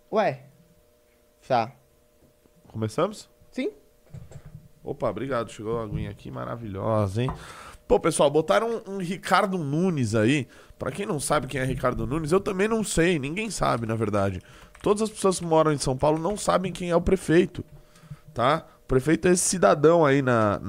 Ué. Tá. Começamos? Sim? Opa, obrigado. Chegou a aguinha aqui, maravilhosa, hein? Pô, pessoal, botaram um Ricardo Nunes aí. Pra quem não sabe quem é Ricardo Nunes, eu também não sei. Ninguém sabe, na verdade. Todas as pessoas que moram em São Paulo não sabem quem é o prefeito, tá? O prefeito é esse cidadão aí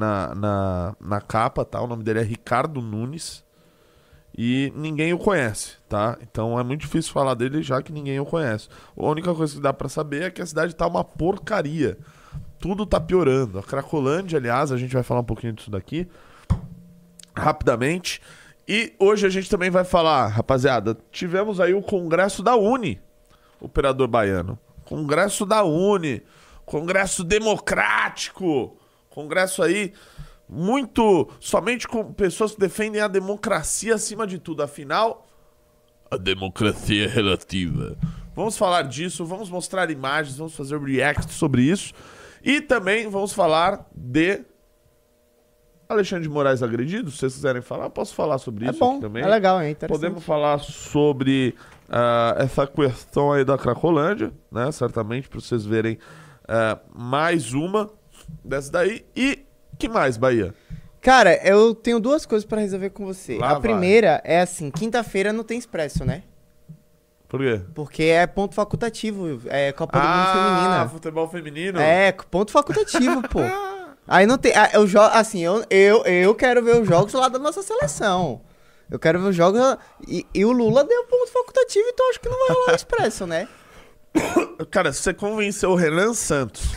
na capa, tá? O nome dele é Ricardo Nunes. E ninguém o conhece, tá? Então é muito difícil falar dele já que ninguém o conhece. A única coisa que dá pra saber é que a cidade tá uma porcaria. Tudo tá piorando. A Cracolândia, aliás, a gente vai falar um pouquinho disso daqui rapidamente. E hoje a gente também vai falar, rapaziada, tivemos aí o Congresso da Uni, operador baiano. Congresso da Uni, Congresso democrático, Congresso aí muito, somente com pessoas que defendem a democracia acima de tudo. Afinal, a democracia é relativa. Vamos falar disso, vamos mostrar imagens, vamos fazer react sobre isso. E também vamos falar de Alexandre de Moraes agredido. Se vocês quiserem falar, eu posso falar sobre É isso bom, aqui também. é legal, é interessante. Podemos falar sobre essa questão aí da Cracolândia, né? Certamente, para vocês verem mais uma dessa daí. E que mais, Bahia? Cara, eu tenho duas coisas pra resolver com você. Lá A vai. primeira é assim, quinta-feira não tem expresso, né? Por quê? Porque é ponto facultativo, é Copa do Mundo Feminina. Futebol feminino? É, ponto facultativo, pô. Aí não tem, assim, eu quero ver os jogos lá da nossa seleção. Eu quero ver os jogos e o Lula deu ponto facultativo, então acho que não vai rolar expresso, né? Cara, você convenceu o Renan Santos.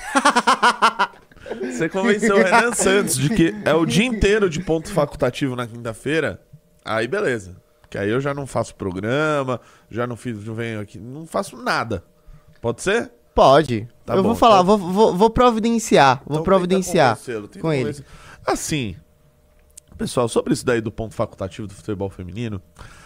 Você convenceu o Renan Santos de que é o dia inteiro de ponto facultativo na quinta-feira. Aí beleza. Que aí eu já não faço programa, já não venho aqui, não faço nada. Pode ser? Pode. Tá eu bom, vou falar, então- vou providenciar. Vou Então providenciar tenta convencê-lo, tenta com ele. convencer. Assim, pessoal, sobre isso daí do ponto facultativo do futebol feminino,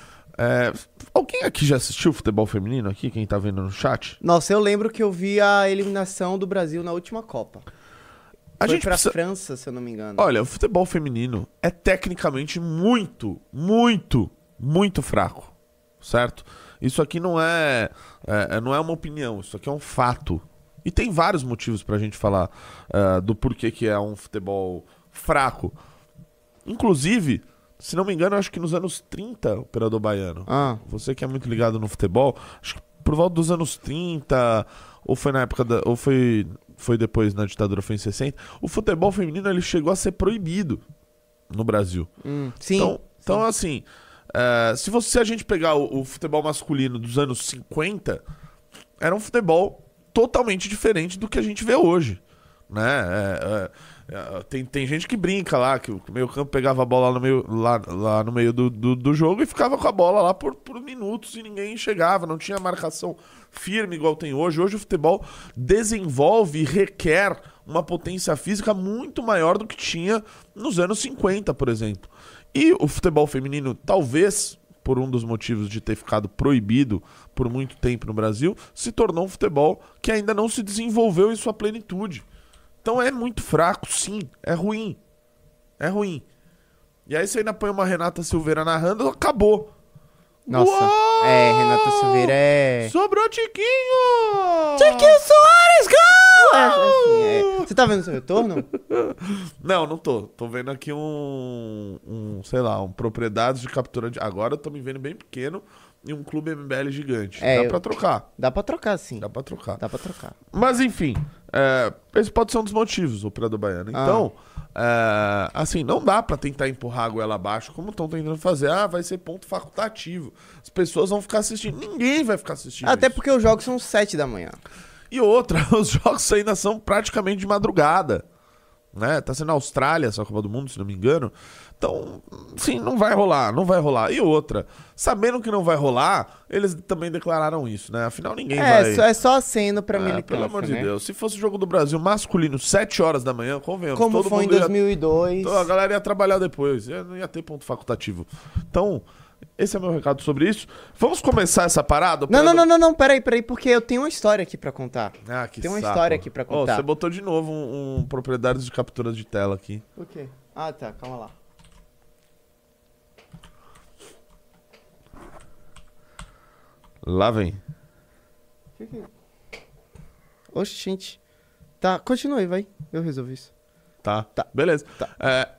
alguém aqui já assistiu futebol feminino aqui, quem tá vendo no chat? Nossa, eu lembro que eu vi a eliminação do Brasil na última Copa. A Foi gente pra precisa... França, se eu não me engano. Olha, o futebol feminino é tecnicamente muito, muito, muito fraco, certo? Isso aqui não não é uma opinião, isso aqui é um fato. E tem vários motivos pra gente falar do porquê que é um futebol fraco. Inclusive, se não me engano, acho que nos anos 30, operador baiano, Ah. você que é muito ligado no futebol, acho que por volta dos anos 30, ou foi na época ou foi depois na ditadura, foi em 60, o futebol feminino ele chegou a ser proibido no Brasil. Sim. Então assim, se a gente pegar o futebol masculino dos anos 50, era um futebol totalmente diferente do que a gente vê hoje, né? Tem gente que brinca lá, que o meio campo pegava a bola lá no meio do jogo e ficava com a bola lá por minutos e ninguém chegava, não tinha marcação firme igual tem hoje. Hoje o futebol desenvolve e requer uma potência física muito maior do que tinha nos anos 50, por exemplo. E o futebol feminino, talvez por um dos motivos de ter ficado proibido por muito tempo no Brasil, se tornou um futebol que ainda não se desenvolveu em sua plenitude. Então é muito fraco, sim. É ruim. É ruim. E aí você ainda põe uma Renata Silveira narrando, acabou. Nossa. Uou! Renata Silveira é... Sobrou Tiquinho! Tiquinho Soares, gol! Você tá vendo seu retorno? Não tô. Tô vendo aqui sei lá, propriedades de captura de... Agora eu tô me vendo bem pequeno e um clube MBL gigante. Dá pra trocar. Dá pra trocar, sim. Dá pra trocar. Dá pra trocar. Mas enfim, esse pode ser um dos motivos, o operador baiano. Então, assim, não dá pra tentar empurrar a goela abaixo como estão tentando fazer. Vai ser ponto facultativo. As pessoas vão ficar assistindo. Ninguém vai ficar assistindo Até isso. porque os jogos são 7 da manhã. E outra, os jogos ainda são praticamente de madrugada. Né? Tá sendo a Austrália essa Copa do Mundo, se não me engano. Então, sim, não vai rolar, não vai rolar. E outra, sabendo que não vai rolar, eles também declararam isso, né? Afinal, ninguém vai... É só aceno pra militância, pelo amor de né? Deus. Se fosse o jogo do Brasil masculino, 7 horas da manhã, convenhamos. Como todo foi em mundo 2002. A galera ia trabalhar depois, não ia ter ponto facultativo. Então, esse é meu recado sobre isso. Vamos começar essa parada? Não, peraí, porque eu tenho uma história aqui pra contar. Que Tem uma saco. história aqui pra contar. Você botou de novo um propriedades de captura de tela aqui. O quê? Ah, tá, calma lá. Lá vem. Que? Oxente. Tá, continue, vai. Eu resolvi isso. Tá. Beleza. Tá.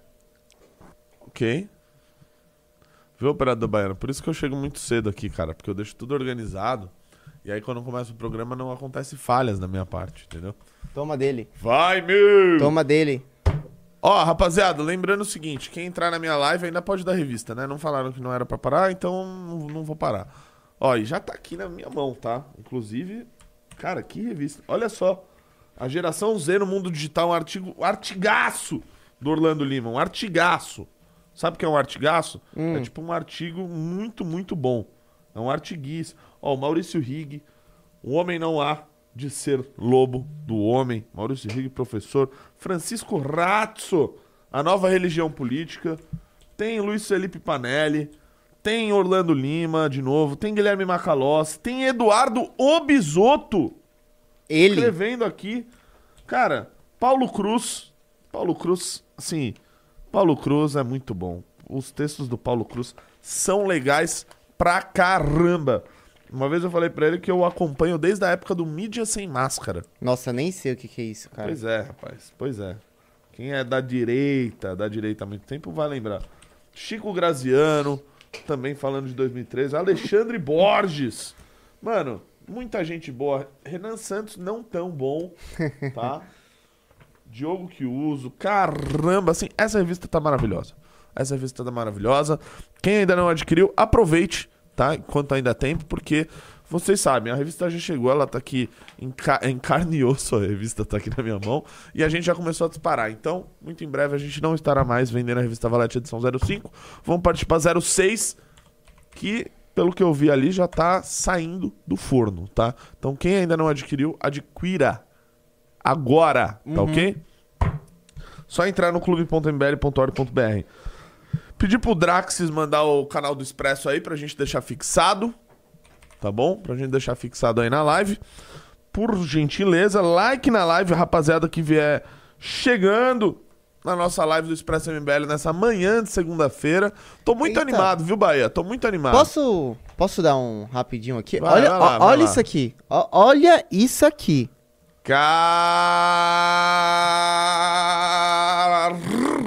Ok. Viu, operador baiano? Por isso que eu chego muito cedo aqui, cara. Porque eu deixo tudo organizado. E aí, quando começa o programa, não acontece falhas da minha parte, entendeu? Toma dele. Vai, meu! Toma dele. Ó, rapaziada, lembrando o seguinte. Quem entrar na minha live ainda pode dar revista, né? Não falaram que não era pra parar, então não vou parar. Ó, e já tá aqui na minha mão, tá? Inclusive, cara, que revista. Olha só. A geração Z no mundo digital, um artigaço do Orlando Lima. Um artigaço. Sabe o que é um artigaço? É tipo um artigo muito, muito bom. É um artiguice. Ó, o Maurício Rigg, O Homem Não Há de Ser Lobo do Homem. Maurício Rigg, professor. Francisco Ratzo, A Nova Religião Política. Tem Luiz Felipe Panelli. Tem Orlando Lima, de novo. Tem Guilherme Macalossi. Tem Eduardo Obisotto. Ele. Escrevendo aqui. Cara, Paulo Cruz. Paulo Cruz, assim... Paulo Cruz é muito bom. Os textos do Paulo Cruz são legais pra caramba. Uma vez eu falei pra ele que eu acompanho desde a época do Mídia Sem Máscara. Nossa, nem sei o que é isso, cara. Pois é, rapaz. Pois é. Quem é da direita há muito tempo vai lembrar. Chico Graziano, também falando de 2013. Alexandre Borges. Mano, muita gente boa. Renan Santos não tão bom, tá? Diogo Chiuso, caramba, assim, essa revista tá maravilhosa. Essa revista tá maravilhosa. Quem ainda não adquiriu, aproveite, tá? Enquanto ainda há tempo, porque vocês sabem, a revista já chegou, ela tá aqui em carne e osso, a revista tá aqui na minha mão, e a gente já começou a disparar. Então, muito em breve a gente não estará mais vendendo a revista Valete edição 05. Vamos partir pra 06, que, pelo que eu vi ali, já tá saindo do forno, tá? Então, quem ainda não adquiriu, adquira agora, tá ok? Só entrar no clube.mbl.org.br. Pedir pro Draxis mandar o canal do Expresso aí pra gente deixar fixado, tá bom? Pra gente deixar fixado aí na live. Por gentileza, like na live, rapaziada que vier chegando na nossa live do Expresso MBL nessa manhã de segunda-feira. Tô muito animado, viu, Bahia? Tô muito animado. Posso dar um rapidinho aqui? Vai lá. Olha isso aqui. Olha isso aqui. Caramba!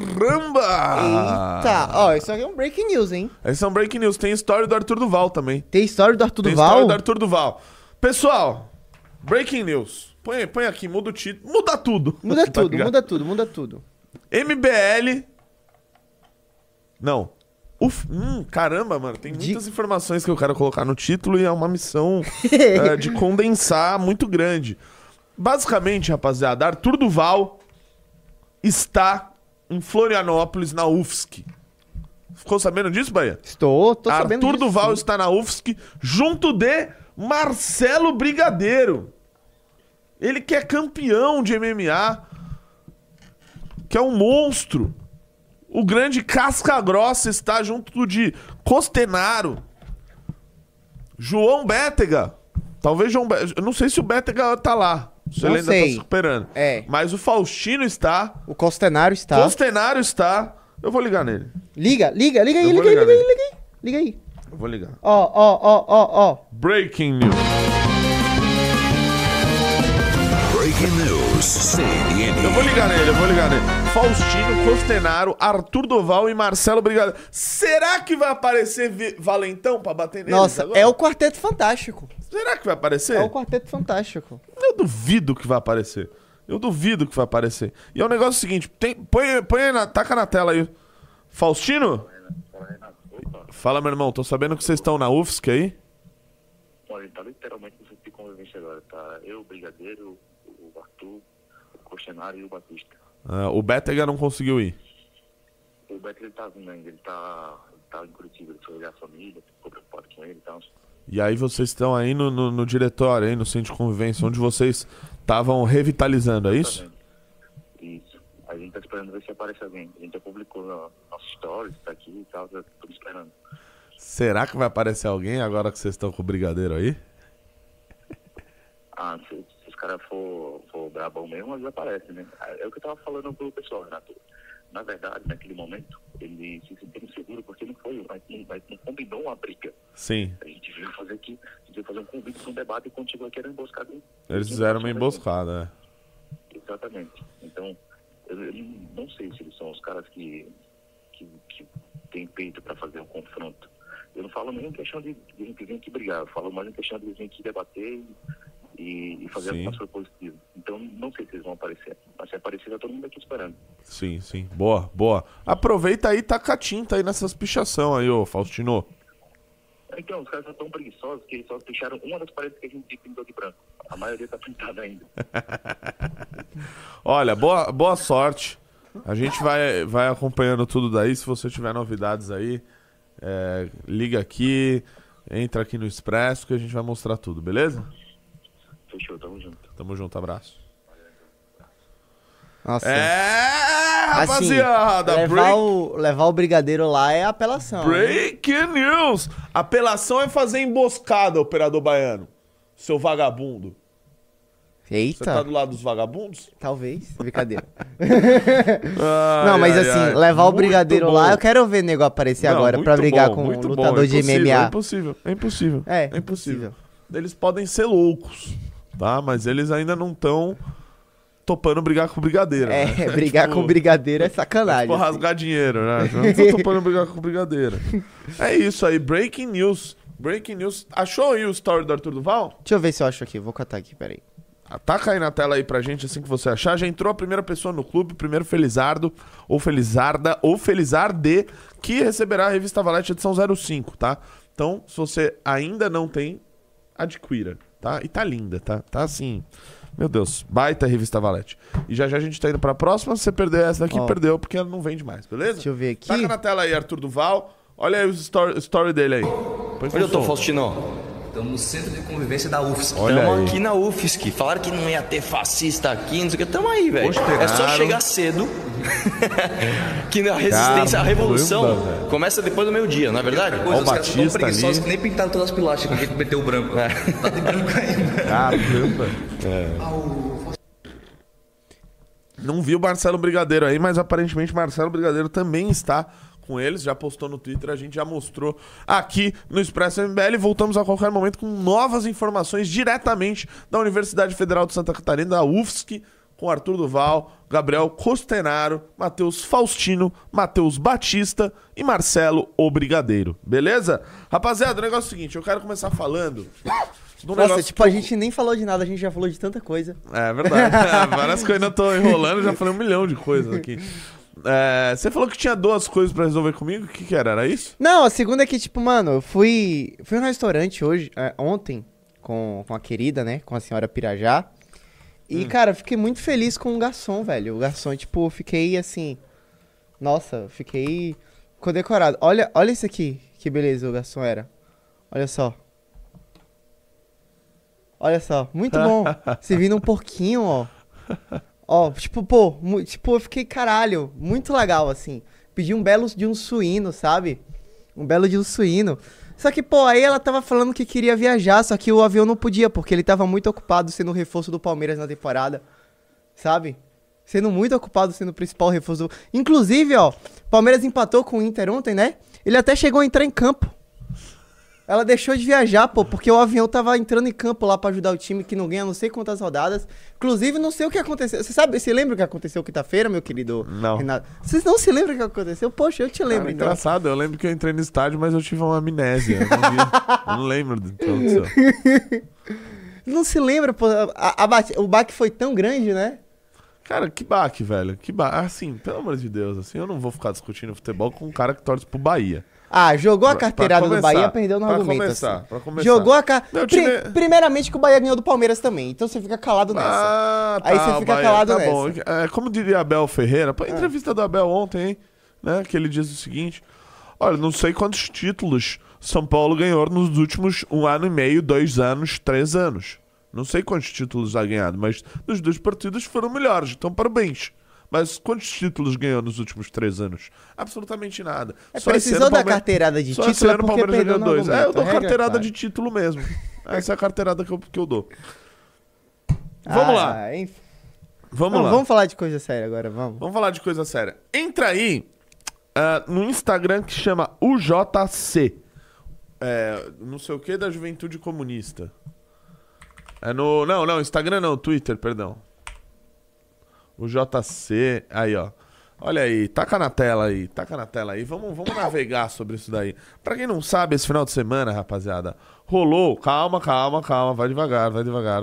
Eita! Ó, isso aqui é um breaking news, hein? Esse é um breaking news. Tem história do Arthur Duval também. Tem história do Arthur Tem Duval? história do Arthur Duval. Pessoal, breaking news. Põe aqui, muda o título. Muda tudo. Muda Tá tudo, ligado? muda tudo. MBL. Não. Caramba, mano. Tem muitas informações que eu quero colocar no título e é uma missão de condensar muito grande. Basicamente, rapaziada, Arthur Duval está em Florianópolis, na UFSC. Ficou sabendo disso, Bahia? Tô sabendo Arthur disso, Duval sim. está na UFSC junto de Marcelo Brigadeiro. Ele que é campeão de MMA, que é um monstro. O grande Casca Grossa está junto de Costenaro. João Bétega. Talvez João Bétega. Eu não sei se o Bétega tá lá. Se ele ainda tá se recuperando. É. Mas o Faustino está. O Costenaro está. Costenaro está. Eu vou ligar nele. Liga aí. Eu vou ligar. Ó. Breaking news. Breaking news. CNN. Eu vou ligar nele. Faustino, Costenaro, Arthur Duval e Marcelo Brigadeiro. Será que vai aparecer Valentão pra bater neles Nossa, agora? é o Quarteto Fantástico. Será que vai aparecer? É o Quarteto Fantástico. Eu duvido que vai aparecer. E é o negócio seguinte, põe aí, taca na tela aí. Faustino? Fala, meu irmão, tô sabendo que vocês estão na UFSC aí. Olha, tá literalmente no centro de convivência agora, tá? Eu, o Brigadeiro, o Arthur, o Costenaro e o Batista. O Bétega não conseguiu ir. O Beto, ele tá vindo ainda, ele tá em Curitiba, ele foi olhar a família, ficou preocupado com ele e tal. E aí vocês estão aí no diretório, aí no centro de convivência, onde vocês estavam revitalizando, é isso? Isso. A gente tá esperando ver se aparece alguém. A gente já publicou nossos stories, tá aqui e tal, já tô esperando. Será que vai aparecer alguém agora que vocês estão com o Brigadeiro aí? Se os caras for brabão mesmo, eles aparecem, né? É o que eu tava falando pro pessoal, Renato. Na verdade, naquele momento, ele se sentiu inseguro porque não combinou uma briga. Sim. A gente veio fazer um convite para um debate e quando chegou aqui era emboscada. Eles fizeram uma emboscada, Exatamente. Então, eu não sei se eles são os caras que têm peito para fazer um confronto. Eu não falo nem em questão de gente vir aqui brigar, eu falo mais em questão de vir aqui debater e fazer algumas coisas positivas. Então, não sei se eles vão aparecer. Mas se aparecer, tá todo mundo aqui esperando. Sim, sim. Boa, boa. Aproveita aí, taca a tinta aí nessas pichação aí, ô Faustino. Então, os caras são tão preguiçosos que eles só picharam uma das paredes que a gente pintou de branco. A maioria tá pintada ainda. Olha, boa sorte. A gente vai acompanhando tudo daí. Se você tiver novidades aí, liga aqui, entra aqui no Expresso que a gente vai mostrar tudo, beleza? Fechou, tamo junto. Tamo junto, abraço. Nossa. Rapaziada, assim, levar o brigadeiro lá é apelação. Breaking news! Apelação é fazer emboscada, operador baiano. Seu vagabundo. Eita. Você tá do lado dos vagabundos? Talvez. Brincadeira. Não, mas assim, levar o brigadeiro bom. lá, eu quero ver o nego aparecer agora pra brigar com um lutador de MMA. É impossível. É impossível. Eles podem ser loucos, tá? Mas eles ainda não estão topando brigar com brigadeiro. Né? Brigar com brigadeiro é sacanagem. Tipo, rasgar dinheiro, né? Não tô topando brigar com brigadeiro. É isso aí, breaking news. Breaking news. Achou aí o story do Arthur Duval? Deixa eu ver se eu acho aqui, vou catar aqui, peraí. Taca aí na tela aí pra gente assim que você achar. Já entrou a primeira pessoa no clube, o primeiro Felizardo, ou Felizarda, ou Felizarde, que receberá a revista Valete edição 05, tá? Então, se você ainda não tem, adquira, tá? E tá linda, tá? Tá assim, meu Deus, baita revista Valete. E já a gente tá indo pra próxima, se você perder essa daqui, perdeu, porque ela não vende mais, beleza? Deixa eu ver aqui. Taca na tela aí, Arthur Duval. Olha aí o story dele aí. Onde eu tô, Faustino? Estamos no Centro de Convivência da UFSC. Estamos aqui na UFSC. Falaram que não ia ter fascista aqui, não sei o que. Estamos aí, velho. É só chegar cedo. Que a resistência, a revolução começa depois do meio-dia, não é verdade? Olha o Batista ali. Que nem pintaram todas as pilastras, que meteu o branco. Tá de branco ainda. Caramba. Não vi o Marcelo Brigadeiro aí, mas aparentemente Marcelo Brigadeiro também está com eles, já postou no Twitter, a gente já mostrou aqui no Expresso MBL. Voltamos a qualquer momento com novas informações diretamente da Universidade Federal de Santa Catarina, da UFSC, com Arthur Duval, Gabriel Costenaro, Matheus Faustino, Matheus Batista e Marcelo o Brigadeiro. Beleza? Rapaziada, o negócio é o seguinte, eu quero começar falando... Nossa, tipo, a gente nem falou de nada, a gente já falou de tanta coisa. É verdade. Várias coisas ainda tô enrolando, já falei 1 milhão de coisas aqui. Você falou que tinha 2 coisas pra resolver comigo? O que era? Era isso? Não, a segunda é que, tipo, mano, eu fui num restaurante ontem, com a querida, né? Com a senhora Pirajá. E, cara, fiquei muito feliz com o garçom, velho. O garçom, tipo, fiquei assim... Nossa, fiquei condecorado. Olha isso aqui, que beleza o garçom era. Olha só. Olha só, muito bom. Servindo um porquinho, ó. Ó, tipo, pô, eu fiquei, caralho, muito legal, assim. Pedi um belo de um suíno, sabe? Um belo de um suíno. Só que, pô, aí ela tava falando que queria viajar, só que o avião não podia, porque ele tava muito ocupado sendo o reforço do Palmeiras na temporada, sabe? Sendo muito ocupado sendo o principal reforço do... Inclusive, ó, Palmeiras empatou com o Inter ontem, né? Ele até chegou a entrar em campo. Ela deixou de viajar, pô, porque o avião tava entrando em campo lá pra ajudar o time que não ganha não sei quantas rodadas. Inclusive, não sei o que aconteceu. Você lembra o que aconteceu quinta-feira, meu querido Não. Renato? Vocês não se lembram o que aconteceu? Poxa, eu te lembro, Cara, então. engraçado, eu lembro que eu entrei no estádio, mas eu tive uma amnésia. Eu não lembro do que aconteceu. Não se lembra, pô. O baque foi tão grande, né? Cara, que baque, velho. Que baque. Assim, pelo amor de Deus, assim, eu não vou ficar discutindo futebol com um cara que torce pro Bahia. Ah, jogou a carteirada do começar, Bahia, perdeu no argumento. Pra começar. Jogou a Primeiramente que o Bahia ganhou do Palmeiras também, então você fica calado nessa. Tá, aí você fica calado nessa. Bom. Como diria Abel Ferreira, pô, entrevista do Abel ontem, hein? Né, que ele diz o seguinte: olha, não sei quantos títulos São Paulo ganhou nos últimos 1 ano e meio, 2 anos, 3 anos. Não sei quantos títulos já ganhado, mas nos 2 partidos foram melhores, então parabéns. Mas quantos títulos ganhou nos últimos 3 anos? Absolutamente nada. Só precisou da carteirada de título porque perdeu no argumento. Eu dou carteirada de título mesmo. Essa é a carteirada que eu dou. Vamos lá. Vamos lá. Vamos falar de coisa séria agora, vamos. Vamos falar de coisa séria. Entra aí no Instagram que chama UJC. Não sei o que da Juventude Comunista. Não, Instagram não, Twitter, perdão. UJC, aí ó. Olha aí, taca na tela aí. Vamos navegar sobre isso daí. Pra quem não sabe, esse final de semana, rapaziada, rolou, calma, vai devagar.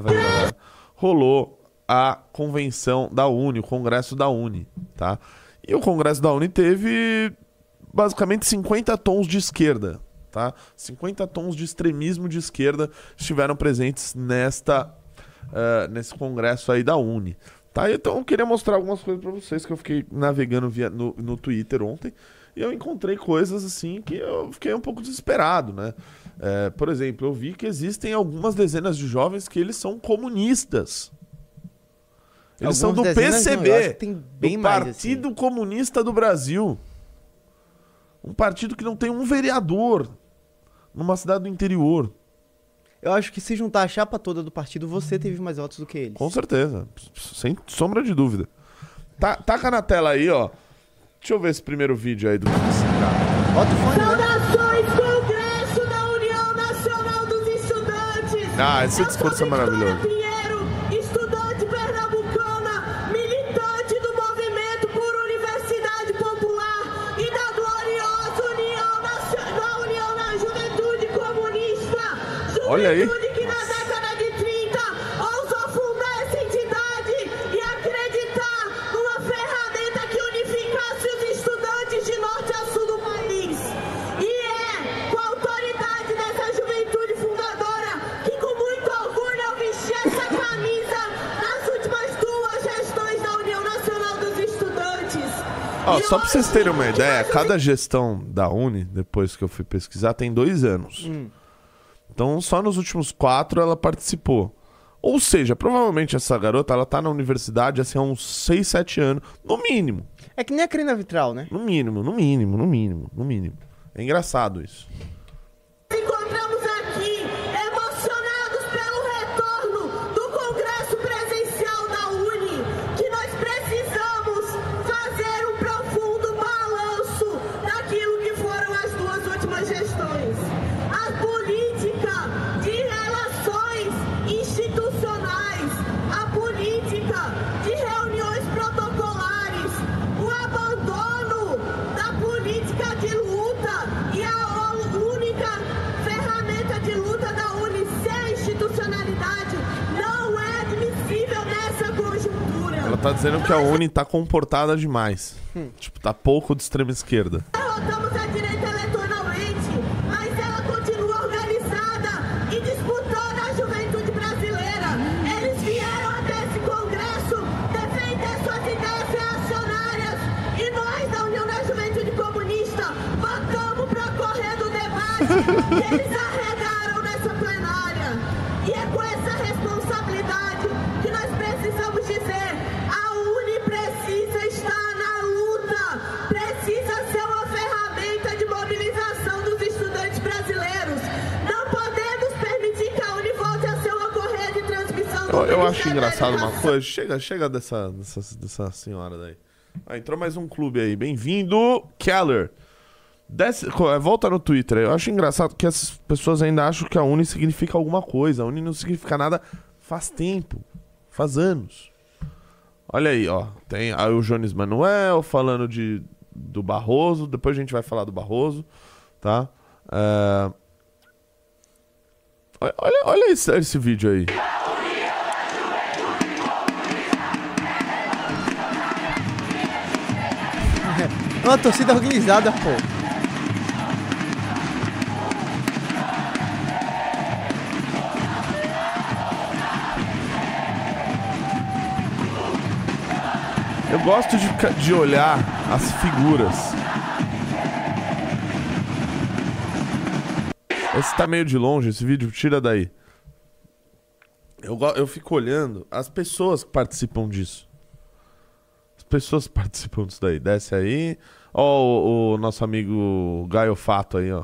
Rolou a convenção da Uni, o congresso da Uni, tá? E o congresso da Uni teve basicamente 50 tons de esquerda, tá? 50 tons de extremismo de esquerda estiveram presentes nesse congresso aí da Uni. Tá, então eu queria mostrar algumas coisas pra vocês que eu fiquei navegando no Twitter ontem e eu encontrei coisas assim que eu fiquei um pouco desesperado, né? Por exemplo, eu vi que existem algumas dezenas de jovens que eles são comunistas. Eles são do PCB, do Partido Comunista do Brasil. Um partido que não tem um vereador numa cidade do interior. Eu acho que se juntar a chapa toda do partido, você teve mais votos do que eles. Com certeza, sem sombra de dúvida. Taca na tela aí, ó. Deixa eu ver esse primeiro vídeo aí do que se trata. Bota o fone, né? Saudações, Congresso da União Nacional dos Estudantes! Esse discurso é maravilhoso. Pinheiro, estudante pernambucana, militante do movimento por Universidade Popular e da gloriosa União Nacional na Juventude Comunista. Olha aí. Que na década de 30 ousou fundar essa entidade e acreditar numa ferramenta que unificasse os estudantes de norte a sul do país. E com a autoridade dessa juventude fundadora que com muito orgulho eu vesti essa camisa nas últimas 2 gestões da União Nacional dos Estudantes. Só pra vocês terem uma ideia, cada gestão da Uni, depois que eu fui pesquisar, tem 2 anos. Então, só nos últimos 4 ela participou. Ou seja, provavelmente essa garota, ela tá na universidade assim, há uns 6, 7 anos. No mínimo. É que nem a Karina Vitral, né? No mínimo. É engraçado isso. Encontramos aqui emocionados pelo retorno do Congresso Presencial da Uni, que nós precisamos fazer um profundo balanço daquilo que foram as 2 últimas gestões. A política de relações institucionais, a política de reuniões protocolares, o abandono da política de luta e a única ferramenta de luta da Uni ser a institucionalidade não é admissível nessa conjuntura. Ela tá dizendo que a Uni tá comportada demais. Tipo, tá pouco de extrema esquerda. Derrotamos a direita eleitoralmente, mas ela continua organizada e disputando a juventude brasileira. Eles vieram até esse congresso defender suas ideias reacionárias e nós, da União da Juventude Comunista, bancamos para correr do debate que eles arregaram nessa plenária. E é com essa responsabilidade que nós precisamos dizer: a Uni precisa estar na luta, precisa ser uma ferramenta de mobilização dos estudantes brasileiros. Não podemos permitir que a Uni volte a ser uma correia de transmissão do Eu acho Ministério da engraçado uma Educação. coisa. Chega dessa senhora daí. Entrou mais um clube aí. Bem-vindo, Keller. Volta no Twitter aí. Eu acho engraçado que as pessoas ainda acham que a Uni significa alguma coisa. A Uni não significa nada faz tempo. Faz anos. Olha aí, ó. Tem aí o Jones Manuel falando do Barroso. Depois a gente vai falar do Barroso, tá? Olha esse vídeo aí. É uma torcida organizada, pô. Eu gosto de olhar as figuras. Esse tá meio de longe, esse vídeo, tira daí. Eu fico olhando as pessoas que participam disso. As pessoas que participam disso daí. Desce aí. Ó o nosso amigo Gaio Fato aí, ó.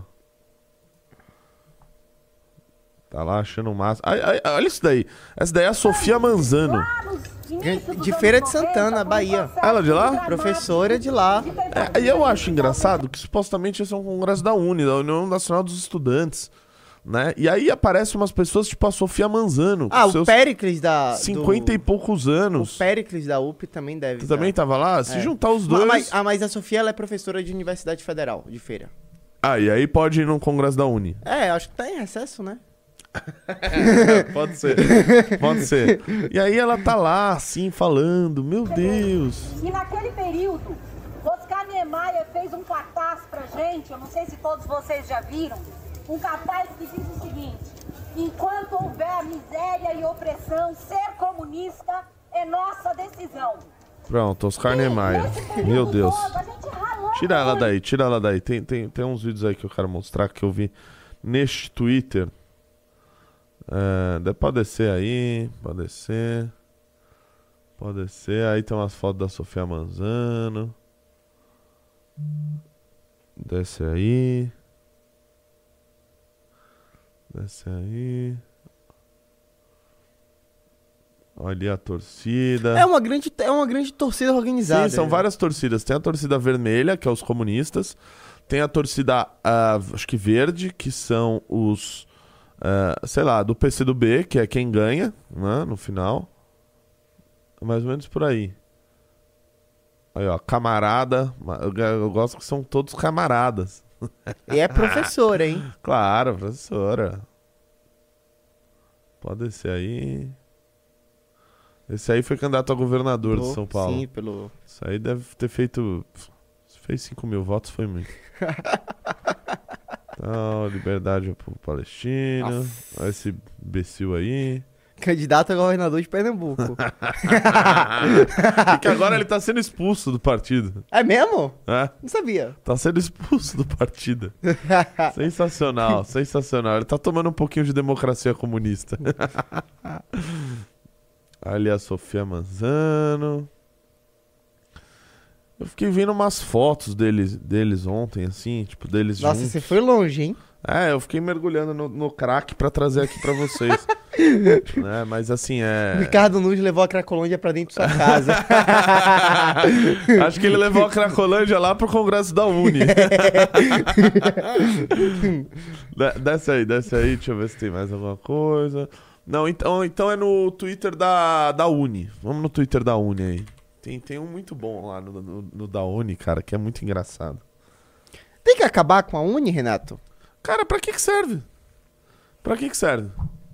Tá lá achando o máximo. Olha isso daí. Essa daí é a Sofia Manzano. De Feira de Santana, Bahia. Ela de lá? Professora de lá. E eu acho engraçado que supostamente esse é um congresso da UNE, da União Nacional dos Estudantes, né? E aí aparecem umas pessoas tipo a Sofia Manzano, com Ah, o seus Péricles da... 50 e poucos O anos. Péricles da UP também deve Tu também tava lá? Se juntar os dois... Mas a Sofia, ela é professora de Universidade Federal, de Feira. Ah, e aí pode ir num congresso da UNE. Acho que tá em recesso, né? Pode ser, pode ser. E aí ela tá lá, assim, falando, meu Deus. E naquele período, Oscar Niemeyer fez um cartaz pra gente, eu não sei se todos vocês já viram, um cartaz que diz o seguinte: enquanto houver miséria e opressão, ser comunista é nossa decisão. Pronto, Oscar Niemeyer. Meu Deus. Tira ela daí, tira ela daí. Tem uns vídeos aí que eu quero mostrar que eu vi neste Twitter. Pode descer aí, pode descer. Pode descer. Aí tem umas fotos da Sofia Manzano. Desce aí. Desce aí. Olha a torcida. É uma grande torcida organizada. Sim, são várias torcidas. Tem a torcida vermelha, que é os comunistas. Tem a torcida, acho que verde, que são os, sei lá, do PCdoB, que é quem ganha, né, no final. Mais ou menos por aí. Aí, ó, camarada. Eu gosto que são todos camaradas. E é professora, hein? Claro, professora. Pode descer aí. Esse aí foi candidato a governador de São Paulo. Sim, pelo... Isso aí deve ter feito... Se fez 5 mil votos, foi muito. Então, liberdade ao povo palestino. Olha esse imbecil aí. Candidato a governador de Pernambuco. Porque agora ele tá sendo expulso do partido. É mesmo? É. Não sabia. Tá sendo expulso do partido. Sensacional, sensacional. Ele tá tomando um pouquinho de democracia comunista. Ali a Sofia Manzano. Eu fiquei vendo umas fotos deles ontem, assim, tipo, deles Nossa, juntos. você foi longe, hein? Eu fiquei mergulhando no crack pra trazer aqui pra vocês. Né? Mas assim, O Ricardo Nunes levou a Cracolândia pra dentro da sua casa. Acho que ele levou a Cracolândia lá pro congresso da Uni. Desce aí, deixa eu ver se tem mais alguma coisa. Não, então é no Twitter da Uni. Vamos no Twitter da Uni aí. Tem um muito bom lá no da Uni, cara, que é muito engraçado. Tem que acabar com a Uni, Renato? Cara, pra que serve? Pra que serve?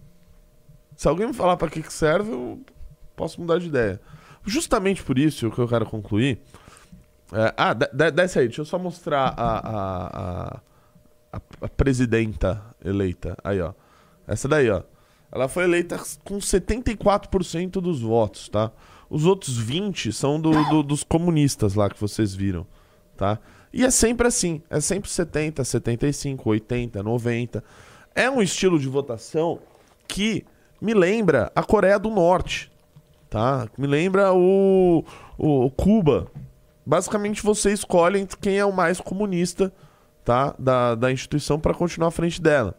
Se alguém me falar pra que serve, eu posso mudar de ideia. Justamente por isso, o que eu quero concluir... desce aí, deixa eu só mostrar a presidenta eleita. Aí, ó. Essa daí, ó. Ela foi eleita com 74% dos votos, tá? Os outros 20 são dos comunistas lá que vocês viram, tá? E é sempre assim. É sempre 70, 75, 80, 90. É um estilo de votação que me lembra a Coreia do Norte, tá? Me lembra o Cuba. Basicamente, você escolhe quem é o mais comunista, tá? Da instituição para continuar à frente dela.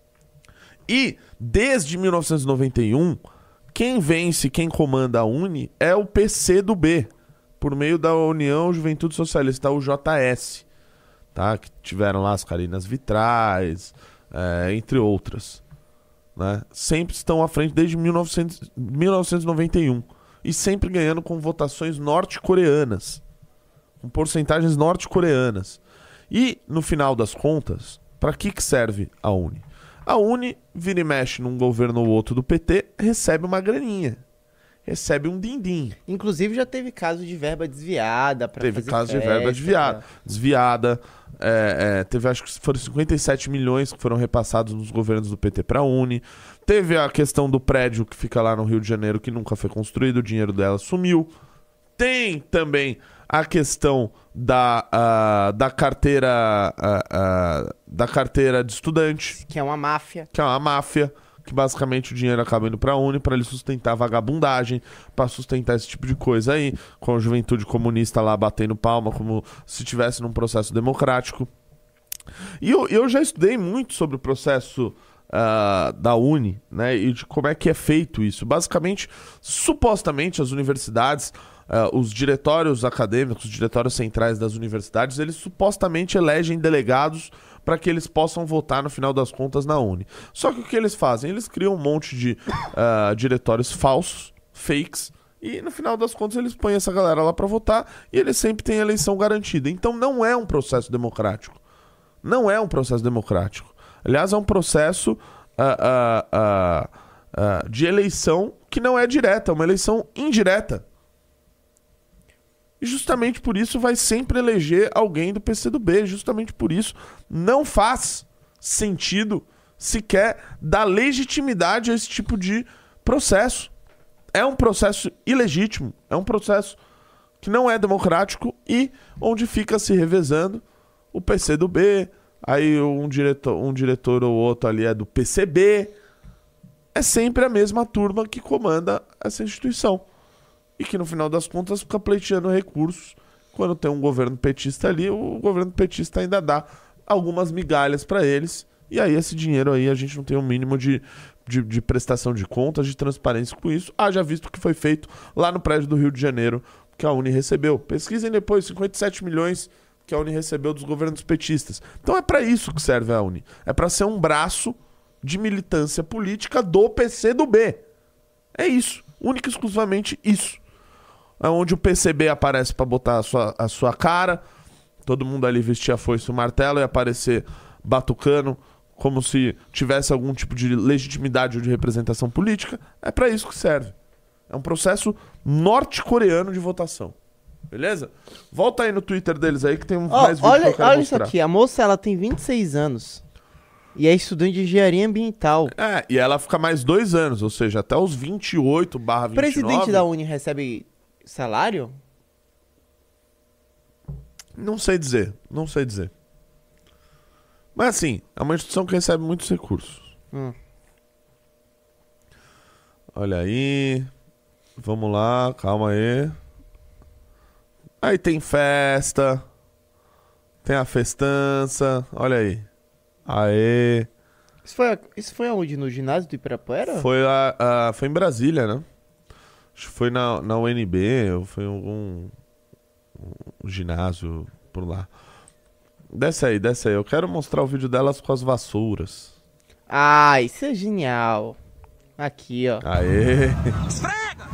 E, desde 1991, quem vence, quem comanda a Uni é o PCdoB, por meio da União Juventude Socialista, o JS, tá? Que tiveram lá as Carinas Vitrais, entre outras. Né? Sempre estão à frente desde 1991. E sempre ganhando com votações norte-coreanas. Com porcentagens norte-coreanas. E, no final das contas, para que serve a Uni? A Uni, vira e mexe num governo ou outro do PT, recebe uma graninha. Recebe um din-din. Inclusive já teve caso de verba desviada pra Teve fazer caso festa, de verba desviada. Teve, acho que foram 57 milhões que foram repassados nos governos do PT pra Uni. Teve a questão do prédio que fica lá no Rio de Janeiro, que nunca foi construído, o dinheiro dela sumiu. Tem também a questão da carteira de estudante. Que é uma máfia. Que basicamente o dinheiro acaba indo pra Uni pra ele sustentar a vagabundagem, pra sustentar esse tipo de coisa aí, com a juventude comunista lá batendo palma como se estivesse num processo democrático. E eu já estudei muito sobre o processo da Uni, né, e de como é que é feito isso. Basicamente, supostamente, as universidades, os diretórios acadêmicos, os diretórios centrais das universidades, eles supostamente elegem delegados para que eles possam votar, no final das contas, na Uni. Só que o que eles fazem? Eles criam um monte de diretórios falsos, fakes, e no final das contas eles põem essa galera lá para votar e eles sempre têm a eleição garantida. Então não é um processo democrático. Não é um processo democrático. Aliás, é um processo de eleição que não é direta, é uma eleição indireta. E justamente por isso vai sempre eleger alguém do PCdoB. Justamente por isso não faz sentido sequer dar legitimidade a esse tipo de processo. É um processo ilegítimo, é um processo que não é democrático e onde fica se revezando o PCdoB, aí um diretor ou outro ali é do PCB. É sempre a mesma turma que comanda essa instituição. E que no final das contas fica pleiteando recursos. Quando tem um governo petista ali, o governo petista ainda dá algumas migalhas para eles. E aí esse dinheiro aí a gente não tem um mínimo de prestação de contas, de transparência com isso. Já visto o que foi feito lá no prédio do Rio de Janeiro, que a Uni recebeu. Pesquisem depois, 57 milhões que a Uni recebeu dos governos petistas. Então é para isso que serve a Uni. É para ser um braço de militância política do PCdoB. É isso. Única e exclusivamente isso. É onde o PCB aparece para botar a sua cara. Todo mundo ali vestir a foice e o martelo e aparecer batucando como se tivesse algum tipo de legitimidade ou de representação política. É para isso que serve. É um processo norte-coreano de votação. Beleza? Volta aí no Twitter deles aí que tem mais vídeos que eu quero olha mostrar. Isso aqui. A moça, ela tem 26 anos. E é estudante de engenharia ambiental. E ela fica mais 2 anos, ou seja, até os 28/29. O presidente da Uni recebe salário? Não sei dizer. Mas assim, é uma instituição que recebe muitos recursos. Olha aí. Vamos lá, calma aí. Aí tem festa. Tem a festança. Olha aí. Aê. Isso foi aonde? No ginásio do Ibirapuera? Foi em Brasília, né? Acho que foi na UNB, ou foi em algum ginásio por lá. Desce aí. Eu quero mostrar o vídeo delas com as vassouras. Isso é genial. Aqui, ó. Aê! Esfrega!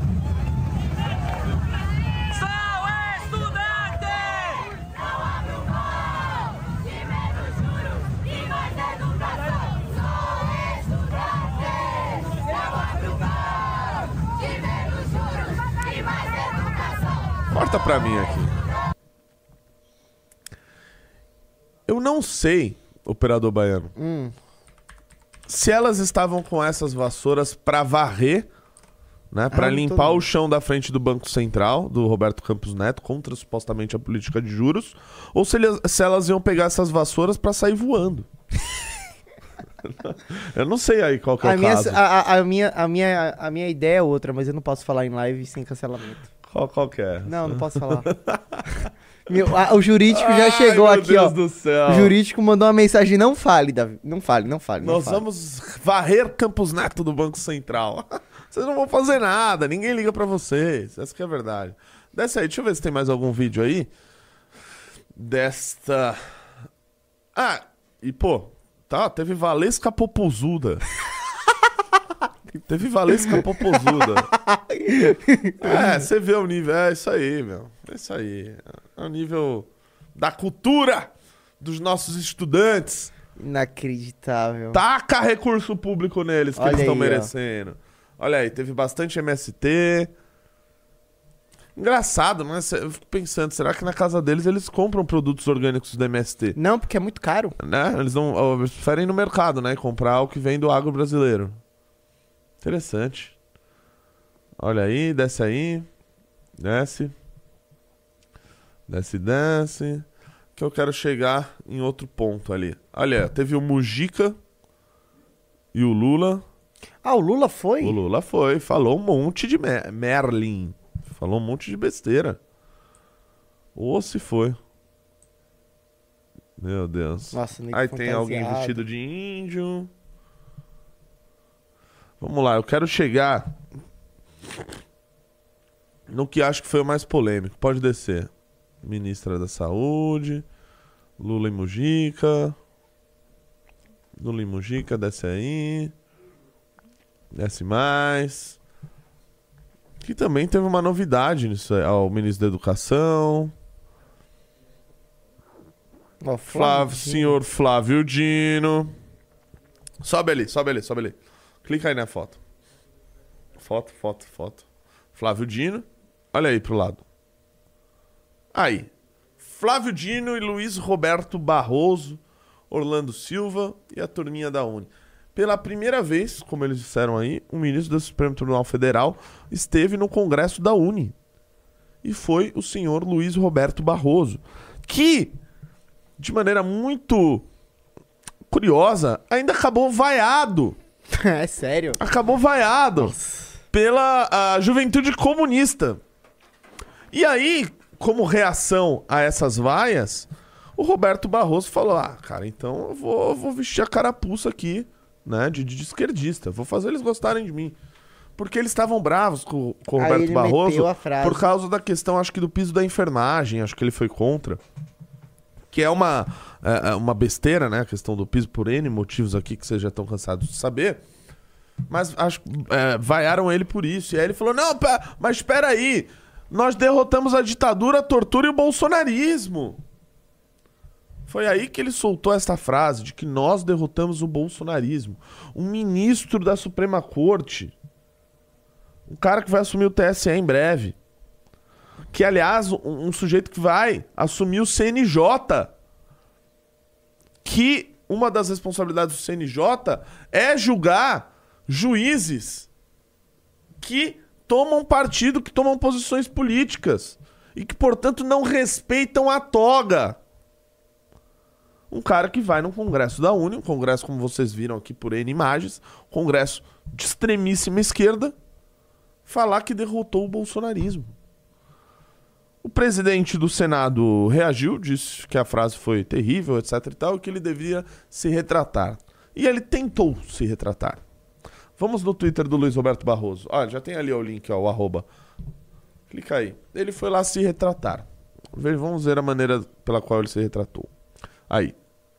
Sou estudante! Não abro mão de menos juros e mais educação. Sou estudante! Não abro mão de menos juros e mais educação. Corta pra mim aqui. Eu não sei, operador baiano, se elas estavam com essas vassouras pra varrer, né, pra limpar o chão da frente do Banco Central, do Roberto Campos Neto, contra supostamente a política de juros, ou se elas iam pegar essas vassouras pra sair voando. Eu não sei aí qual que é o caso. A minha ideia é outra, mas eu não posso falar em live sem cancelamento. Qual que é? Não posso falar. O jurídico já chegou aqui, Deus ó. Do céu. O jurídico mandou uma mensagem: não fale, Davi. Não fale. Nós vamos varrer Campos Neto do Banco Central. Vocês não vão fazer nada, ninguém liga pra vocês. Essa que é a verdade. Desce aí, deixa eu ver se tem mais algum vídeo aí. Desta. Teve Valesca Popozuda. Teve Valesca Popozuda. Você vê o nível. É isso aí, meu. É isso aí. É o nível da cultura dos nossos estudantes. Inacreditável. Taca recurso público neles que eles estão merecendo. Olha aí, teve bastante MST. Engraçado, né? Eu fico pensando, será que na casa deles eles compram produtos orgânicos do MST? Não, porque é muito caro. Né? Eles preferem ir no mercado, né? Comprar o que vem do agro brasileiro. Interessante. Olha aí, desce aí. Desce. Desce. Que eu quero chegar em outro ponto ali. Olha, teve o Mujica e o Lula. O Lula foi? O Lula foi. Falou um monte de Merlin. Falou um monte de besteira. Ou se foi. Meu Deus. Nossa, aí tem alguém vestido de índio. Vamos lá, eu quero chegar no que acho que foi o mais polêmico. Pode descer. Ministra da Saúde, Lula e Mujica. Lula e Mujica, desce aí. Desce mais. Que também teve uma novidade nisso aí. Ó, o ministro da Educação. Senhor Flávio Dino. Sobe ali. Clica aí na foto. Foto. Flávio Dino. Olha aí pro lado. Aí. Flávio Dino e Luiz Roberto Barroso, Orlando Silva e a turminha da Uni. Pela primeira vez, como eles disseram aí, o ministro do Supremo Tribunal Federal esteve no Congresso da Uni. E foi o senhor Luiz Roberto Barroso, que, de maneira muito curiosa, ainda acabou vaiado. É sério? Acabou vaiado pela juventude comunista. E aí, como reação a essas vaias, o Roberto Barroso falou: cara, então eu vou vestir a carapuça aqui, né, de esquerdista. Vou fazer eles gostarem de mim. Porque eles estavam bravos com o Roberto Barroso por causa da questão, acho que do piso da enfermagem, acho que ele foi contra. Que é uma besteira, né, a questão do piso, por N motivos aqui que vocês já estão cansados de saber. Mas acho que vaiaram ele por isso. E aí ele falou: não, mas espera aí, nós derrotamos a ditadura, a tortura e o bolsonarismo. Foi aí que ele soltou essa frase de que nós derrotamos o bolsonarismo. Um ministro da Suprema Corte, um cara que vai assumir o TSE em breve, que, aliás, um sujeito que vai assumir o CNJ, que uma das responsabilidades do CNJ é julgar juízes que tomam partido, que tomam posições políticas e que, portanto, não respeitam a toga. Um cara que vai no Congresso da Uni, um congresso, como vocês viram aqui por N imagens, um congresso de extremíssima esquerda, falar que derrotou o bolsonarismo. O presidente do Senado reagiu, disse que a frase foi terrível, etc e tal, e que ele deveria se retratar. E ele tentou se retratar. Vamos no Twitter do Luiz Roberto Barroso. Olha, já tem ali o link, ó, o arroba. Clica aí. Ele foi lá se retratar. Vamos ver a maneira pela qual ele se retratou. Aí.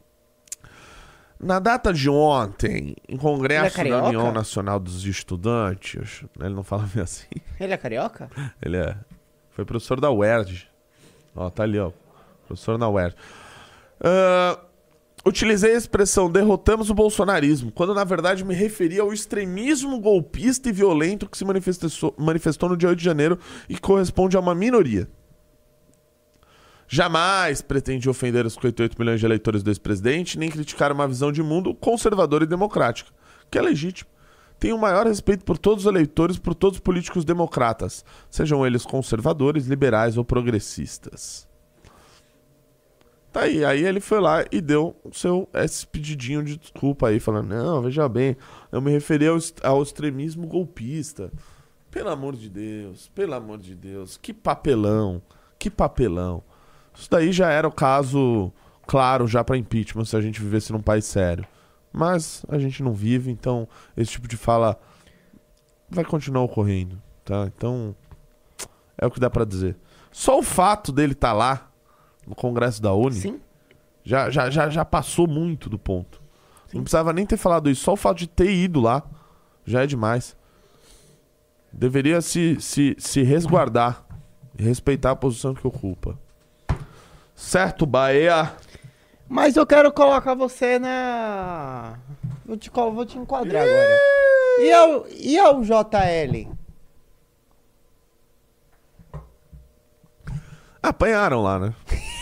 Na data de ontem, em Congresso da União Nacional dos Estudantes... Ele não fala bem assim. Ele é carioca? Ele é. Foi professor da UERJ. Ó, tá ali, ó. Professor na UERJ. Utilizei a expressão derrotamos o bolsonarismo, quando na verdade me referia ao extremismo golpista e violento que se manifestou no dia 8 de janeiro e corresponde a uma minoria. Jamais pretendi ofender os 58 milhões de eleitores do ex-presidente, nem criticar uma visão de mundo conservadora e democrática, que é legítimo. Tenho o maior respeito por todos os eleitores, por todos os políticos democratas, sejam eles conservadores, liberais ou progressistas. Tá aí ele foi lá e deu esse pedidinho de desculpa aí, falando: não, veja bem, eu me referi ao extremismo golpista. Pelo amor de Deus, que papelão. Isso daí já era o caso claro já para impeachment, se a gente vivesse num país sério. Mas a gente não vive, então esse tipo de fala vai continuar ocorrendo, tá? Então é o que dá para dizer. Só o fato dele estar lá no Congresso da Uni, sim, já passou muito do ponto. Sim. Não precisava nem ter falado isso, só o fato de ter ido lá já é demais. Deveria se resguardar e respeitar a posição que ocupa. Certo, Bahia? Mas eu quero colocar você na... Vou te enquadrar agora. E ao JL? Apanharam lá, né?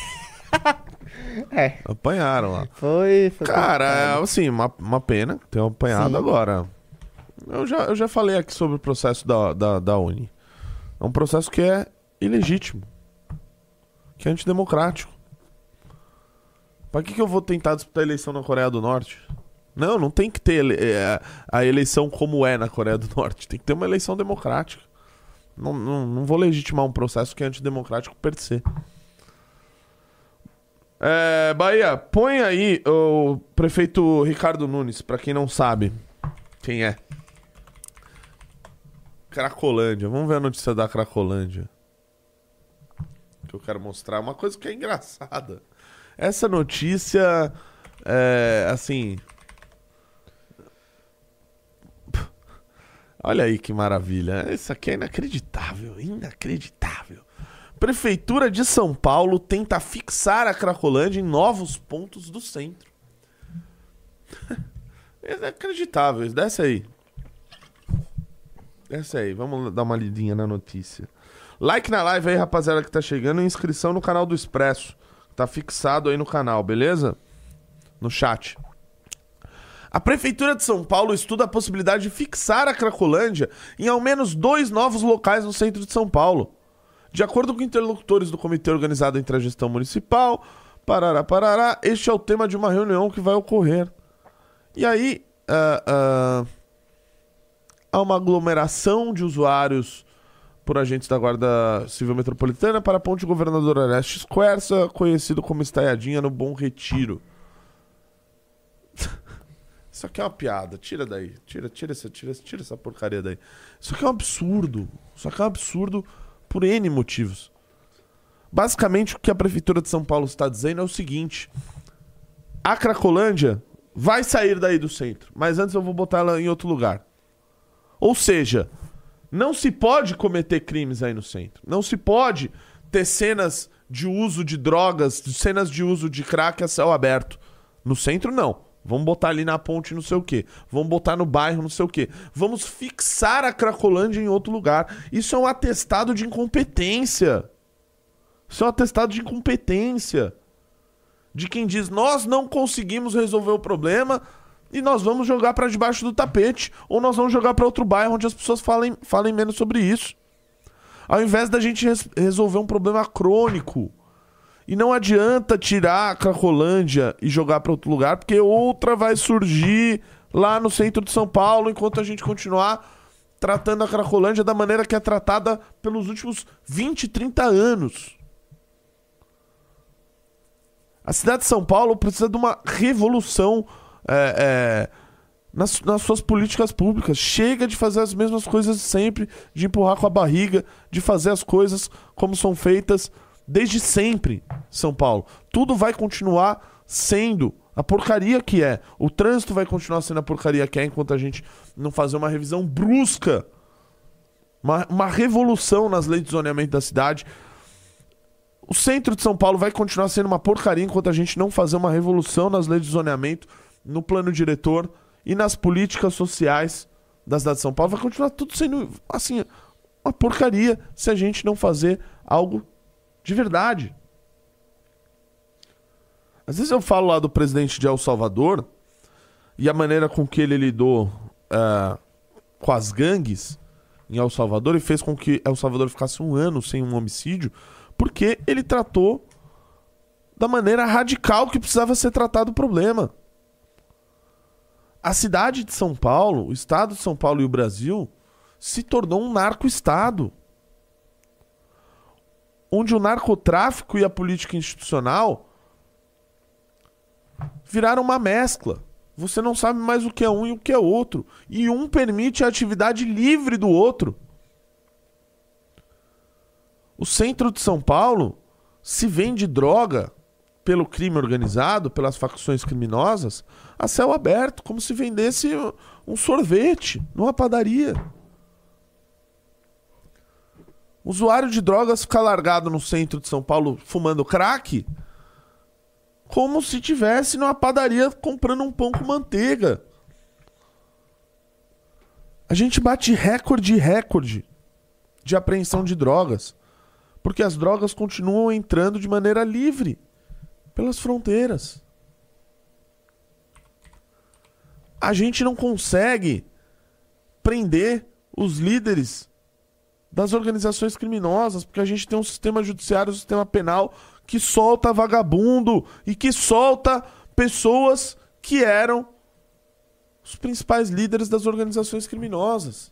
É. Apanharam lá. Foi cara, assim, uma pena ter apanhado. Sim. Agora. Eu já falei aqui sobre o processo da Uni. É um processo que é ilegítimo. Que é antidemocrático. Pra que eu vou tentar disputar a eleição na Coreia do Norte? Não tem que ter a eleição como é na Coreia do Norte. Tem que ter uma eleição democrática. Não vou legitimar um processo que é antidemocrático per se. Bahia, põe aí o prefeito Ricardo Nunes, pra quem não sabe quem é. Cracolândia. Vamos ver a notícia da Cracolândia. Que eu quero mostrar uma coisa que é engraçada. Essa notícia é assim... Olha aí que maravilha. Isso aqui é inacreditável. Inacreditável. Prefeitura de São Paulo tenta fixar a Cracolândia em novos pontos do centro. É inacreditável. Desce aí. Desce aí. Vamos dar uma lidinha na notícia. Like na live aí, rapaziada, que tá chegando. E inscrição no canal do Expresso. Tá fixado aí no canal, beleza? No chat. A Prefeitura de São Paulo estuda a possibilidade de fixar a Cracolândia em ao menos 2 novos locais no centro de São Paulo. De acordo com interlocutores do comitê organizado entre a gestão municipal, parará, este é o tema de uma reunião que vai ocorrer. E aí, há uma aglomeração de usuários por agentes da Guarda Civil Metropolitana para a ponte Governador Orestes Quercia, conhecido como Estaiadinha no Bom Retiro. Isso aqui é uma piada. Tira daí. Tira essa porcaria daí. Isso aqui é um absurdo. Isso aqui é um absurdo por N motivos. Basicamente, o que a Prefeitura de São Paulo está dizendo é o seguinte. A Cracolândia vai sair daí do centro, mas antes eu vou botar ela em outro lugar. Ou seja, não se pode cometer crimes aí no centro. Não se pode ter cenas de uso de drogas, cenas de uso de crack a céu aberto. No centro, não. Vamos botar ali na ponte não sei o quê. Vamos botar no bairro não sei o quê. Vamos fixar a Cracolândia em outro lugar. Isso é um atestado de incompetência. Isso é um atestado de incompetência. De quem diz, nós não conseguimos resolver o problema e nós vamos jogar pra debaixo do tapete. Ou nós vamos jogar pra outro bairro onde as pessoas falem menos sobre isso. Ao invés da gente resolver um problema crônico. E não adianta tirar a Cracolândia e jogar para outro lugar, porque outra vai surgir lá no centro de São Paulo, enquanto a gente continuar tratando a Cracolândia da maneira que é tratada pelos últimos 20, 30 anos. A cidade de São Paulo precisa de uma revolução nas suas políticas públicas. Chega de fazer as mesmas coisas sempre, de empurrar com a barriga, de fazer as coisas como são feitas desde sempre, São Paulo. Tudo vai continuar sendo a porcaria que é. O trânsito vai continuar sendo a porcaria que é enquanto a gente não fazer uma revisão brusca, uma revolução nas leis de zoneamento da cidade. O centro de São Paulo vai continuar sendo uma porcaria enquanto a gente não fazer uma revolução nas leis de zoneamento, no plano diretor e nas políticas sociais da cidade de São Paulo. Vai continuar tudo sendo assim, uma porcaria se a gente não fazer algo de verdade. Às vezes eu falo lá do presidente de El Salvador e a maneira com que ele lidou com as gangues em El Salvador e fez com que El Salvador ficasse 1 ano sem um homicídio, porque ele tratou da maneira radical que precisava ser tratado o problema. A cidade de São Paulo, o estado de São Paulo e o Brasil se tornou um narco-estado, onde o narcotráfico e a política institucional viraram uma mescla. Você não sabe mais o que é um e o que é outro. E um permite a atividade livre do outro. O centro de São Paulo se vende droga pelo crime organizado, pelas facções criminosas, a céu aberto, como se vendesse um sorvete numa padaria. O usuário de drogas fica largado no centro de São Paulo fumando crack como se estivesse numa padaria comprando um pão com manteiga. A gente bate recorde de apreensão de drogas, porque as drogas continuam entrando de maneira livre pelas fronteiras. A gente não consegue prender os líderes das organizações criminosas, porque a gente tem um sistema judiciário, um sistema penal que solta vagabundo e que solta pessoas que eram os principais líderes das organizações criminosas.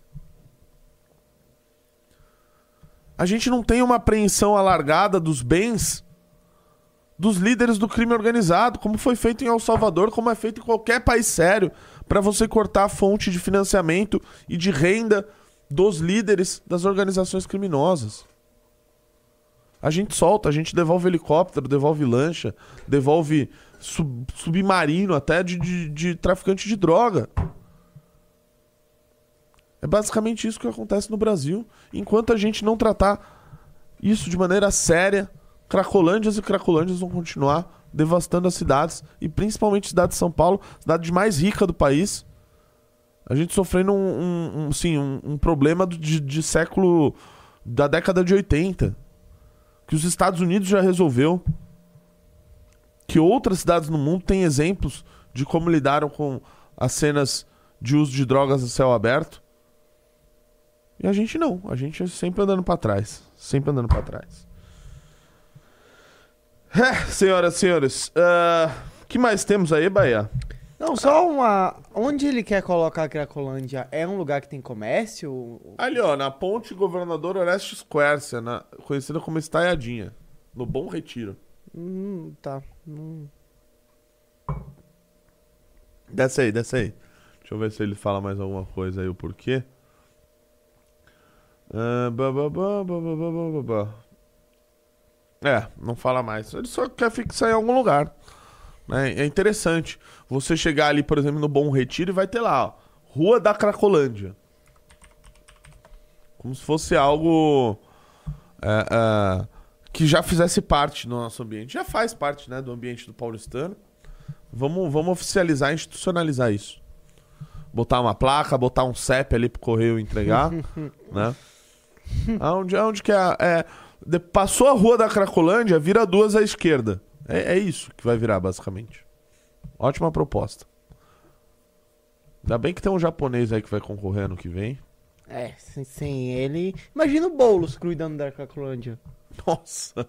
A gente não tem uma apreensão alargada dos bens dos líderes do crime organizado, como foi feito em El Salvador, como é feito em qualquer país sério, para você cortar a fonte de financiamento e de renda dos líderes das organizações criminosas. A gente solta, a gente devolve helicóptero, devolve lancha, devolve submarino até de traficante de droga. É basicamente isso que acontece no Brasil. Enquanto a gente não tratar isso de maneira séria, cracolândias e cracolândias vão continuar devastando as cidades, e principalmente a cidade de São Paulo, cidade mais rica do país. A gente sofrendo um problema de século, da década de 80, que os Estados Unidos já resolveu, que outras cidades no mundo têm exemplos de como lidaram com as cenas de uso de drogas a céu aberto. E a gente não, a gente sempre andando pra trás, sempre andando pra trás. Senhoras e senhores, que mais temos aí, Bahia? Não, só uma... Onde ele quer colocar a Cracolândia? É um lugar que tem comércio? Ali, ó, na ponte Governador Orestes Quercia, conhecida como Estaiadinha, no Bom Retiro. Tá. Desce aí, desce aí. Deixa eu ver se ele fala mais alguma coisa aí, o porquê. Não fala mais. Ele só quer fixar em algum lugar. É interessante você chegar ali, por exemplo, no Bom Retiro e vai ter lá, ó, Rua da Cracolândia. Como se fosse algo que já fizesse parte do nosso ambiente. Já faz parte, né, do ambiente do paulistano. Vamos oficializar, institucionalizar isso. Botar uma placa, botar um CEP ali pro correio entregar, né? Aonde que passou a Rua da Cracolândia, vira 2 à esquerda. É isso que vai virar, basicamente. Ótima proposta. Ainda bem que tem um japonês aí que vai concorrer ano que vem. Sem ele... Imagina o Boulos cuidando da Cracolândia. Nossa.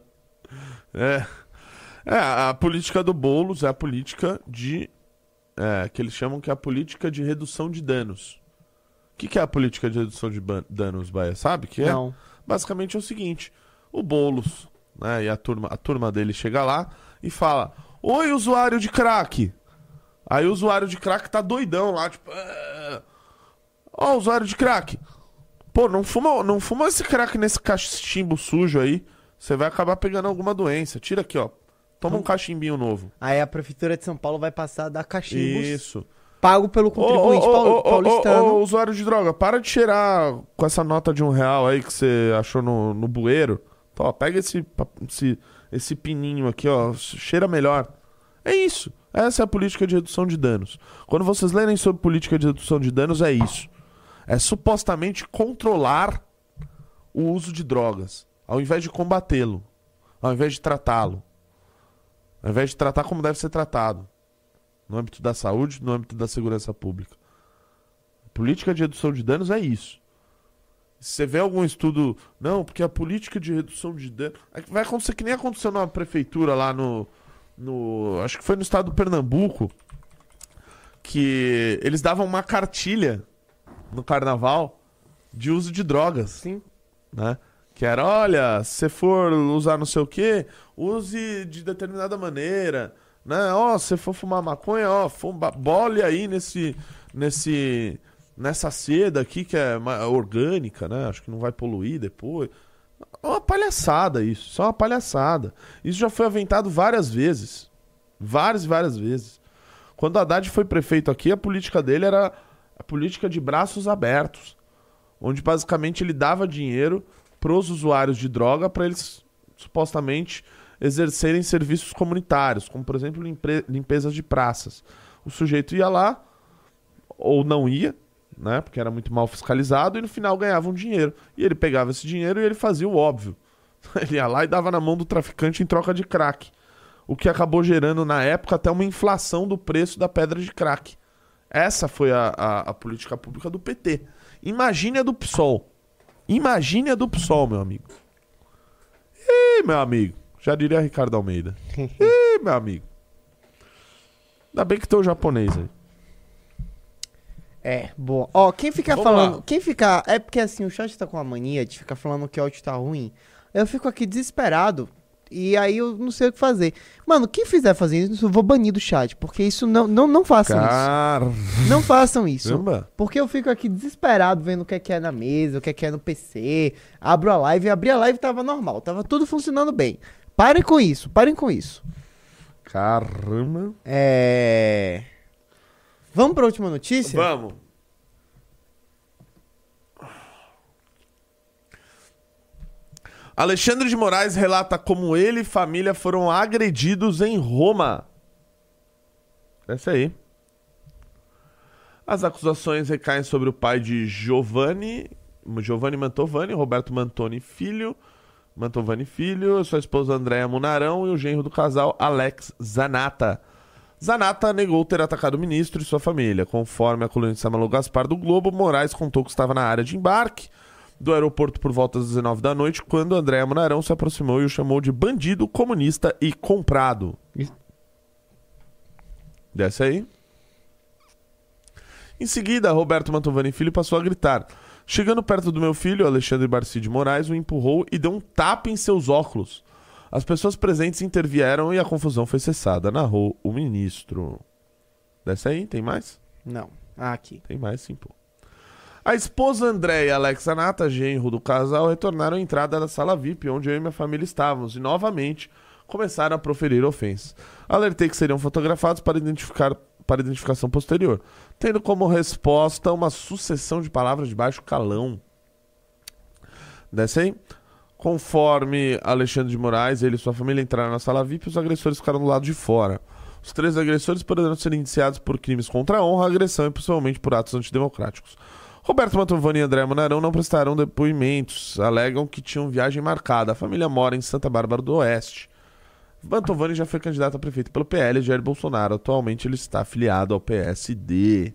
A política do Boulos é a política de... que eles chamam que é a política de redução de danos. O que é a política de redução de danos, Bahia? Sabe o que é? Não. Basicamente é o seguinte. O Boulos, né, e a turma dele chega lá e fala: oi, usuário de crack. Aí o usuário de crack tá doidão lá, tipo... Ó, usuário de crack. Pô, não fuma esse crack nesse cachimbo sujo aí. Você vai acabar pegando alguma doença. Tira aqui, ó. Toma um cachimbinho novo. Aí a Prefeitura de São Paulo vai passar a dar cachimbos. Isso. Pago pelo contribuinte paulistano. Ô, usuário de droga, para de cheirar com essa nota de R$1 aí que você achou no bueiro. Ó, pega esse pininho aqui, ó. Cheira melhor. É isso. Essa é a política de redução de danos. Quando vocês lerem sobre política de redução de danos, é isso. É supostamente controlar o uso de drogas, ao invés de combatê-lo, ao invés de tratá-lo, ao invés de tratar como deve ser tratado, no âmbito da saúde, no âmbito da segurança pública. A política de redução de danos é isso. Se você vê algum estudo... Não, porque a política de redução de danos... Vai acontecer que nem aconteceu na prefeitura lá acho que foi no estado do Pernambuco, que eles davam uma cartilha no carnaval de uso de drogas. Sim. Né? Que era, olha, se você for usar não sei o que, use de determinada maneira, né? Ó, se você for fumar maconha, ó, bole aí nessa seda aqui que é orgânica, né? Acho que não vai poluir depois. É uma palhaçada isso, só uma palhaçada. Isso já foi aventado várias vezes. Várias e várias vezes. Quando o Haddad foi prefeito aqui, a política dele era a política de braços abertos, onde basicamente ele dava dinheiro pros usuários de droga para eles supostamente exercerem serviços comunitários, como por exemplo limpezas de praças. O sujeito ia lá, ou não ia, né, porque era muito mal fiscalizado, e no final ganhava um dinheiro. E ele pegava esse dinheiro e ele fazia o óbvio. Ele ia lá e dava na mão do traficante em troca de crack. O que acabou gerando, na época, até uma inflação do preço da pedra de crack. Essa foi a política pública do PT. Imagine a do PSOL. Imagine a do PSOL, meu amigo. Ih, meu amigo. Já diria Ricardo Almeida. Ih, meu amigo. Ainda bem que tem o japonês aí. Boa. Ó, quem fica Vamos falando... lá. Quem fica... É porque assim, o chat tá com a mania de ficar falando que o áudio tá ruim. Eu fico aqui desesperado E aí eu não sei o que fazer. Mano, quem fizer fazer isso, eu vou banir do chat. Porque isso não façam isso. Não façam isso. Caramba. Porque eu fico aqui desesperado vendo o que é na mesa, o que é no PC. Abro a live, abri a live e tava normal. Tava tudo funcionando bem. Parem com isso. Caramba. Vamos pra última notícia? Vamos. Alexandre de Moraes relata como ele e família foram agredidos em Roma. Essa aí. As acusações recaem sobre o pai de Giovanni Mantovani, Roberto Mantovani Filho, sua esposa Andréa Munarão e o genro do casal Alex Zanata. Zanata negou ter atacado o ministro e sua família. Conforme a colunista Malu Gaspar do Globo, Moraes contou que estava na área de embarque do aeroporto por volta das 19 da noite, quando Andréa Munarão se aproximou e o chamou de bandido, comunista e comprado. Desce aí. Em seguida, Roberto Mantovani Filho passou a gritar. Chegando perto do meu filho, Alexandre Barci de Moraes o empurrou e deu um tapa em seus óculos. As pessoas presentes intervieram e a confusão foi cessada, narrou o ministro. Desce aí, tem mais? Não. Aqui. Tem mais, sim, pô. A esposa Andréa e Alex Zanata, genro do casal, retornaram à entrada da sala VIP, onde eu e minha família estávamos, e novamente começaram a proferir ofensas. Alertei que seriam fotografados para identificação posterior, tendo como resposta uma sucessão de palavras de baixo calão. Desce aí. Conforme Alexandre de Moraes, ele e sua família entraram na sala VIP, os agressores ficaram do lado de fora. Os 3 agressores poderão ser indiciados por crimes contra a honra, agressão e possivelmente por atos antidemocráticos. Roberto Mantovani e André Munarão não prestaram depoimentos. Alegam que tinham viagem marcada. A família mora em Santa Bárbara do Oeste. Mantovani já foi candidato a prefeito pelo PL de Jair Bolsonaro. Atualmente ele está afiliado ao PSD.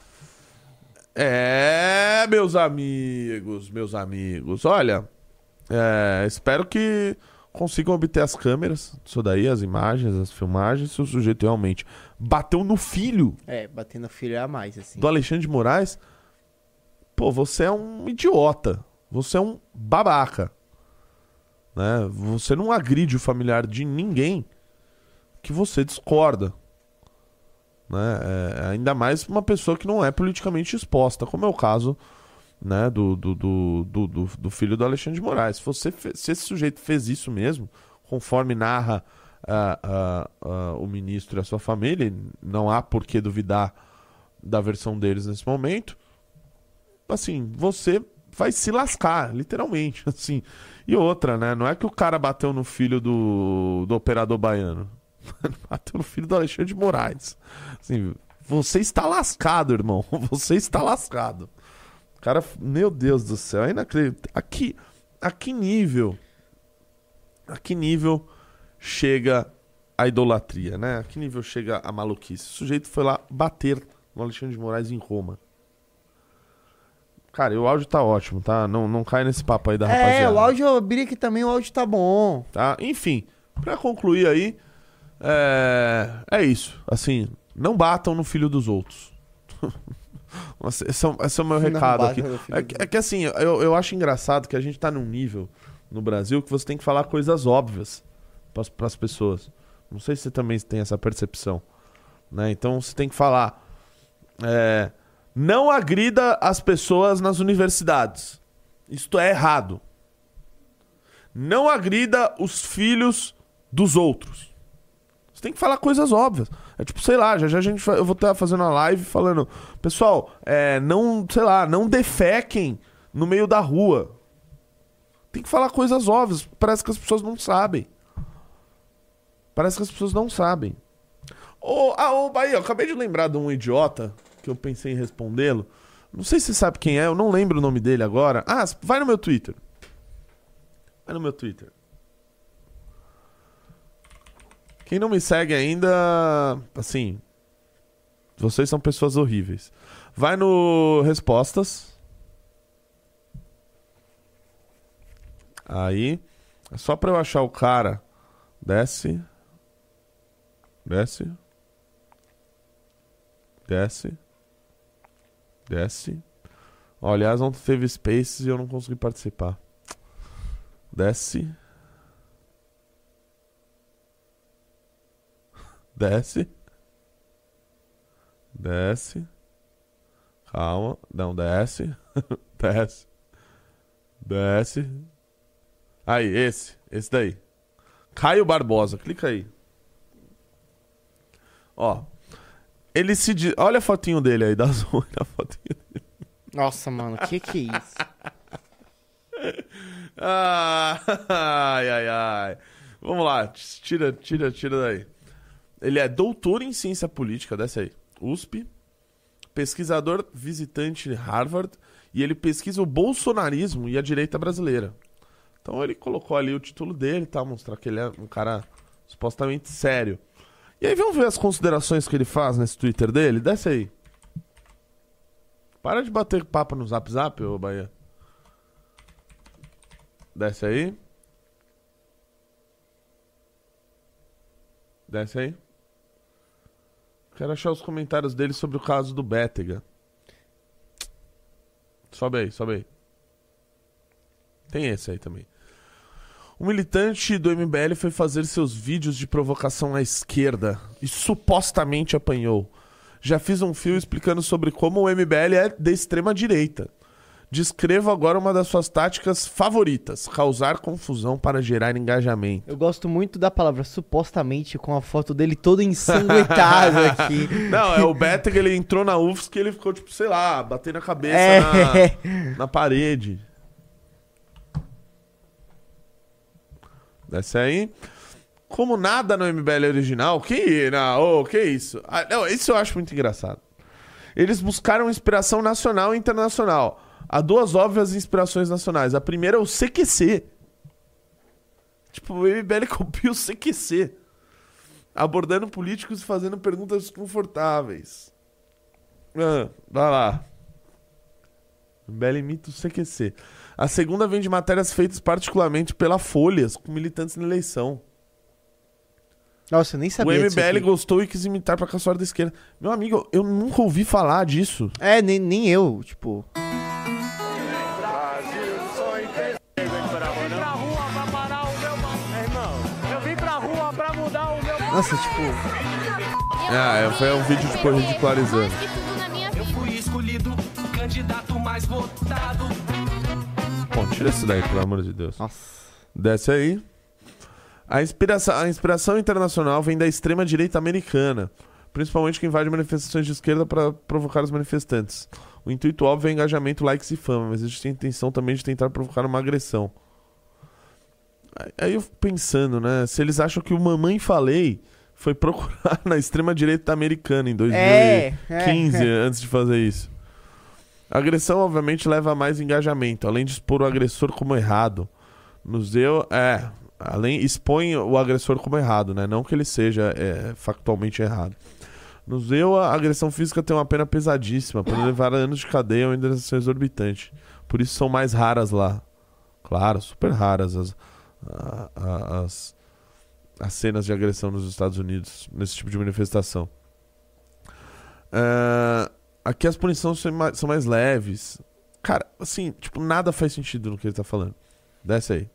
Meus amigos. Olha, espero que consigam obter as câmeras disso daí, as imagens, as filmagens, se o sujeito realmente bateu no filho. Bater no filho é a mais, assim. Do Alexandre de Moraes. Pô, você é um idiota. Você é um babaca. Né? Você não agride o familiar de ninguém que você discorda. Né? Ainda mais uma pessoa que não é politicamente exposta, como é o caso, né, do filho do Alexandre de Moraes. Se esse sujeito fez isso mesmo, conforme narra o ministro e a sua família, não há por que duvidar da versão deles nesse momento. Assim, você vai se lascar, literalmente, assim. E outra, né? Não é que o cara bateu no filho do operador baiano. Bateu no filho do Alexandre de Moraes. Assim, você está lascado, irmão. Você está lascado. Cara, meu Deus do céu, é inacreditável. A que nível chega a idolatria, né? A que nível chega a maluquice? O sujeito foi lá bater no Alexandre de Moraes em Roma. Cara, e o áudio tá ótimo, tá? Não cai nesse papo aí da rapaziada. O áudio, eu abri aqui também, o áudio tá bom. Tá? Enfim, pra concluir aí, é isso. Assim, não batam no filho dos outros. Esse é o meu recado aqui. É que assim, eu acho engraçado que a gente tá num nível no Brasil que você tem que falar coisas óbvias pras pessoas. Não sei se você também tem essa percepção, né? Então você tem que falar... não agrida as pessoas nas universidades. Isto é errado. Não agrida os filhos dos outros. Você tem que falar coisas óbvias. É tipo, sei lá, já eu vou estar fazendo uma live falando, pessoal, não defequem no meio da rua. Tem que falar coisas óbvias. Parece que as pessoas não sabem. Bahia, eu acabei de lembrar de um idiota que eu pensei em respondê-lo. Não sei se você sabe quem é, eu não lembro o nome dele agora. Vai no meu Twitter. Quem não me segue ainda, assim, vocês são pessoas horríveis. Vai no Respostas. Aí, é só pra eu achar o cara. Desce. Aliás, ontem teve Spaces e eu não consegui participar. Desce. Desce. Desce. Calma. Não, desce. Desce. Desce. Aí, esse. Esse daí. Caio Barbosa. Clica aí. Ó. Ele se diz... Olha a fotinho dele aí. Dá zoom na fotinho dele. Nossa, mano, que é isso? Ai. Vamos lá. Tira daí. Ele é doutor em ciência política. Desce aí. USP. Pesquisador visitante Harvard. E ele pesquisa o bolsonarismo e a direita brasileira. Então ele colocou ali o título dele, tá? Mostrar que ele é um cara supostamente sério. E aí vamos ver as considerações que ele faz nesse Twitter dele? Desce aí. Para de bater papo no Zap Zap, ô Bahia. Desce aí. Desce aí. Quero achar os comentários dele sobre o caso do Bétega. Sobe aí. Tem esse aí também. O militante do MBL foi fazer seus vídeos de provocação à esquerda e supostamente apanhou. Já fiz um fio explicando sobre como o MBL é de extrema direita. Descrevo agora uma das suas táticas favoritas: causar confusão para gerar engajamento. Eu gosto muito da palavra supostamente, com a foto dele todo ensanguentado aqui. Não, é o Bétega, ele entrou na UFSC e ele ficou, tipo, sei lá, batendo a cabeça na parede. Desce aí. Como nada no MBL é original, que isso? Não, isso eu acho muito engraçado. Eles buscaram inspiração nacional e internacional. Há duas óbvias inspirações nacionais. A primeira é o CQC. Tipo, o MBL copia o CQC. Abordando políticos e fazendo perguntas desconfortáveis. Vai lá. O MBL imita o CQC. A segunda vem de matérias feitas particularmente pela Folhas, com militantes na eleição. Nossa, eu nem sabia O disso MBL aqui. gostou e quis imitar pra caçoar da esquerda. Meu amigo, eu nunca ouvi falar disso. É, nem eu, tipo... Nossa, tipo... Foi um vídeo tipo ridicularizando. Eu fui escolhido o candidato mais votado. Bom, tira isso daí, pelo amor de Deus. Nossa. Desce aí. A inspiração internacional vem da extrema-direita americana, principalmente que invade manifestações de esquerda para provocar os manifestantes. O intuito óbvio é engajamento, likes e fama, mas existe a intenção também de tentar provocar uma agressão. Aí eu fico pensando, né? Se eles acham que o Mamãe Falei foi procurar na extrema-direita americana em 2015, antes de fazer isso. A agressão, obviamente, leva a mais engajamento, além de expor o agressor como errado. Expõe o agressor como errado, né? Não que ele seja factualmente errado. No Zewa, a agressão física tem uma pena pesadíssima, pode levar anos de cadeia ou indenização exorbitante. Por isso são mais raras lá. Claro, super raras as cenas de agressão nos Estados Unidos, nesse tipo de manifestação. Aqui as punições são mais leves. Cara, assim, tipo, nada faz sentido no que ele tá falando. Desce aí.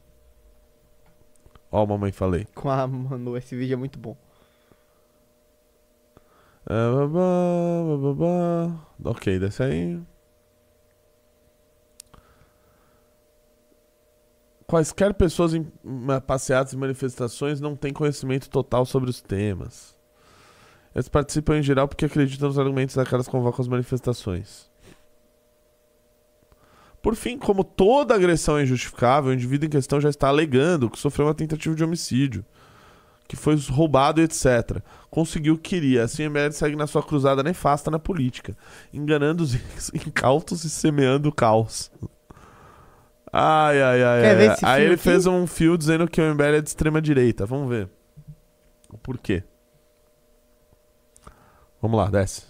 Ó, Mamãe Falei. Mano, esse vídeo é muito bom. Ok, desce aí. Quaisquer pessoas em passeatas e manifestações não têm conhecimento total sobre os temas. Eles participam em geral porque acreditam nos argumentos daquelas que convocam as manifestações. Por fim, como toda agressão é injustificável, o indivíduo em questão já está alegando que sofreu uma tentativa de homicídio, que foi roubado, etc. Conseguiu o que queria. Assim, o MBL segue na sua cruzada nefasta na política, enganando os incautos e semeando o caos. Quer ver esse Aí fio ele aqui? fez um fio dizendo que o MBL é de extrema direita. Vamos ver o porquê. Vamos lá, desce.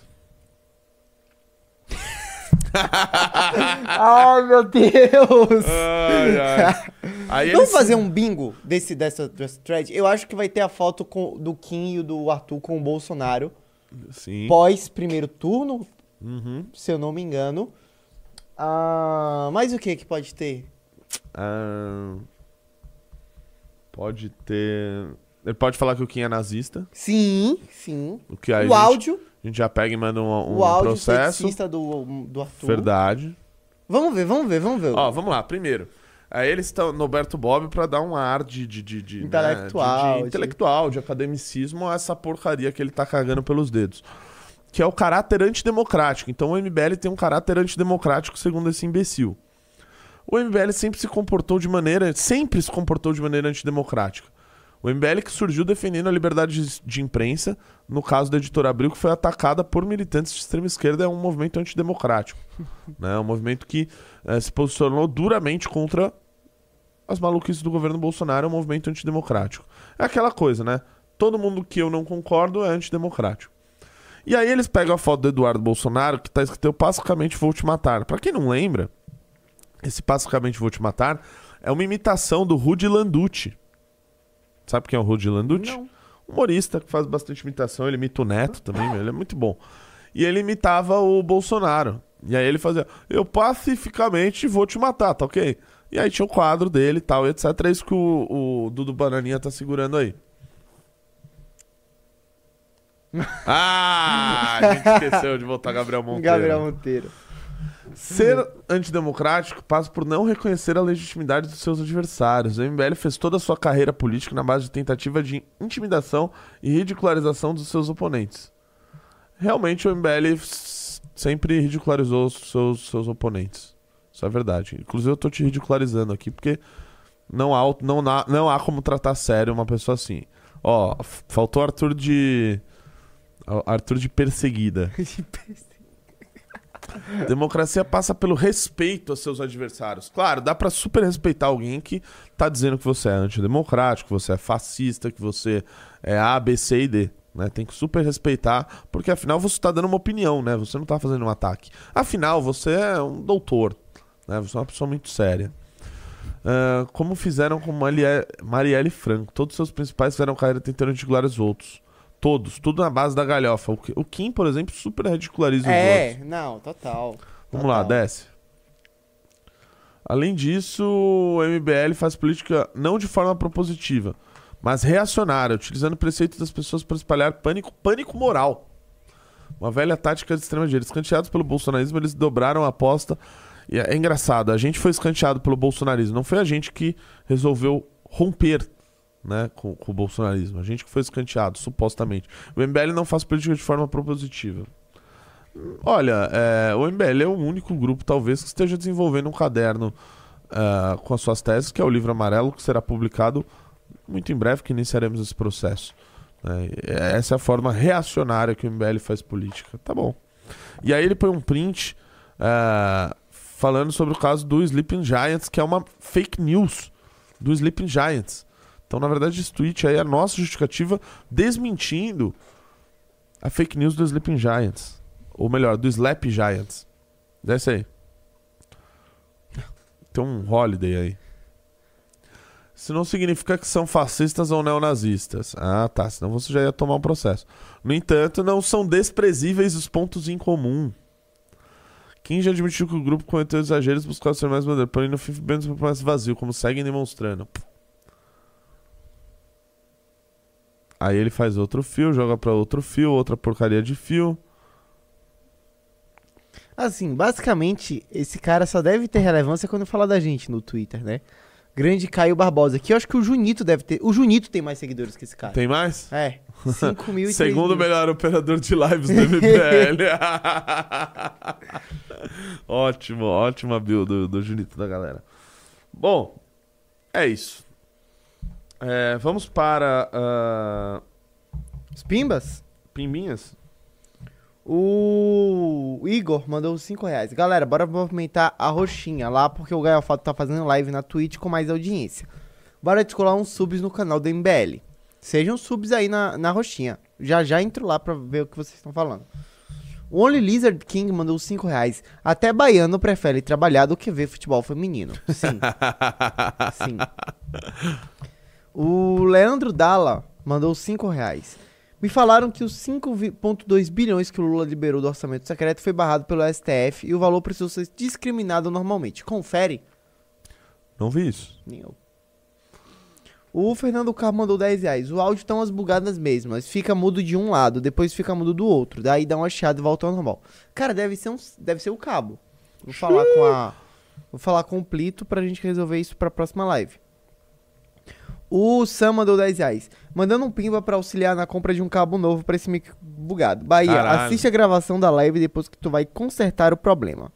Ai, meu Deus! Aí Vamos fazer um bingo dessa thread? Eu acho que vai ter a foto do Kim e do Arthur com o Bolsonaro. Sim. Pós primeiro turno, Uhum. se eu não me engano. Mas o que pode ter? Pode ter... Ele pode falar que o Kim é nazista. Sim. O que aí áudio. A gente já pega e manda um o áudio processo. Sexista do Arthur. Verdade. Vamos ver. Ó, vamos lá. Primeiro, aí eles estão no Alberto Bob pra dar um ar de intelectual, né, de intelectual, de academicismo a essa porcaria que ele tá cagando pelos dedos. Que é o caráter antidemocrático. Então o MBL tem um caráter antidemocrático, segundo esse imbecil. O MBL sempre se comportou de maneira antidemocrática. O MBL que surgiu defendendo a liberdade de imprensa, no caso da Editora Abril, que foi atacada por militantes de extrema esquerda, é um movimento antidemocrático. Né? Um movimento que se posicionou duramente contra as maluquices do governo Bolsonaro, é um movimento antidemocrático. É aquela coisa, né? Todo mundo que eu não concordo é antidemocrático. E aí eles pegam a foto do Eduardo Bolsonaro, que tá escrito "Eu pacificamente vou te matar". Pra quem não lembra, esse "pacificamente vou te matar" é uma imitação do Rudy Landucci. Sabe quem é o Rudy Landucci? Não. Humorista que faz bastante imitação, ele imita o Neto também, ele é muito bom. E ele imitava o Bolsonaro. E aí ele fazia "Eu pacificamente vou te matar", tá ok? E aí tinha o quadro dele e tal, etc. É isso que o Dudu Bananinha tá segurando aí. A gente esqueceu de botar Gabriel Monteiro. Ser antidemocrático passa por não reconhecer a legitimidade dos seus adversários. O MBL fez toda a sua carreira política na base de tentativa de intimidação e ridicularização dos seus oponentes. Realmente o MBL sempre ridicularizou os seus oponentes. Isso é verdade. Inclusive eu tô te ridicularizando aqui porque não há como tratar sério uma pessoa assim. Ó, faltou Arthur de perseguida. Democracia passa pelo respeito aos seus adversários. Claro, dá pra super respeitar alguém que tá dizendo que você é antidemocrático, que você é fascista, que você é A, B, C e D. Né? Tem que super respeitar, porque afinal você tá dando uma opinião, né? Você não tá fazendo um ataque. Afinal, você é um doutor, né? Você é uma pessoa muito séria. Como fizeram com Marielle Franco. Todos os seus principais fizeram carreira tentando ridicularizar os outros. Todos, tudo na base da galhofa. O Kim, por exemplo, super ridiculariza os outros. Não, total. Vamos lá, desce. Além disso, o MBL faz política não de forma propositiva, mas reacionária, utilizando preceitos das pessoas para espalhar pânico moral. Uma velha tática de extrema-direita. Escanteados pelo bolsonarismo, eles dobraram a aposta. E é engraçado, a gente foi escanteado pelo bolsonarismo. Não foi a gente que resolveu romper, né, com o bolsonarismo. A gente que foi escanteado, supostamente. O MBL não faz política de forma propositiva. Olha, o MBL é o único grupo, talvez, que esteja desenvolvendo um caderno com as suas teses, que é o Livro Amarelo, que será publicado muito em breve, que iniciaremos esse processo. Essa é a forma reacionária que o MBL faz política. Tá bom. E aí ele põe um print falando sobre o caso do Sleeping Giants, que é uma fake news do Sleeping Giants. Então, na verdade, esse tweet aí é a nossa justificativa desmentindo a fake news do Sleeping Giants. Ou melhor, do Slap Giants. Desce aí. Tem um holiday aí. Isso não significa que são fascistas ou neonazistas. Ah, tá. Senão você já ia tomar um processo. No entanto, não são desprezíveis os pontos em comum. Quem já admitiu que o grupo cometeu exageros buscando ser mais moderno, porém no fim bem mais vazio, como seguem demonstrando. Aí ele faz outro fio, joga pra outro fio, outra porcaria de fio. Assim, basicamente, esse cara só deve ter relevância quando falar da gente no Twitter, né? Grande Caio Barbosa. Aqui eu acho que o Junito deve ter... O Junito tem mais seguidores que esse cara. Tem mais? É. 5 mil e Segundo o melhor operador de lives do MBL. Ótima build do Junito da galera. Bom, é isso. Vamos para... Os Pimbas? Pimbinhas? O Igor mandou R$5. Galera, bora movimentar a roxinha lá, porque o Gaio Fato tá fazendo live na Twitch com mais audiência. Bora descolar uns subs no canal do MBL. Sejam subs aí na roxinha. Já entro lá pra ver o que vocês estão falando. O Only Lizard King mandou R$5. Até baiano prefere trabalhar do que ver futebol feminino. Sim. Sim. O Leandro Dalla mandou R$5. Me falaram que os 5,2 bilhões que o Lula liberou do orçamento secreto foi barrado pelo STF e o valor precisou ser discriminado normalmente. Confere? Não vi isso. Nem eu. O Fernando Carmo mandou R$10. O áudio tá umas bugadas mesmo, mas fica mudo de um lado, depois fica mudo do outro. Daí dá uma chiada e volta ao normal. Cara, deve ser o cabo. Vou falar com o Plito pra gente resolver isso pra próxima live. O Sam mandou R$10. Mandando um pimba pra auxiliar na compra de um cabo novo pra esse mic bugado. Bahia, Caralho. assiste a gravação da live depois que tu vai consertar o problema.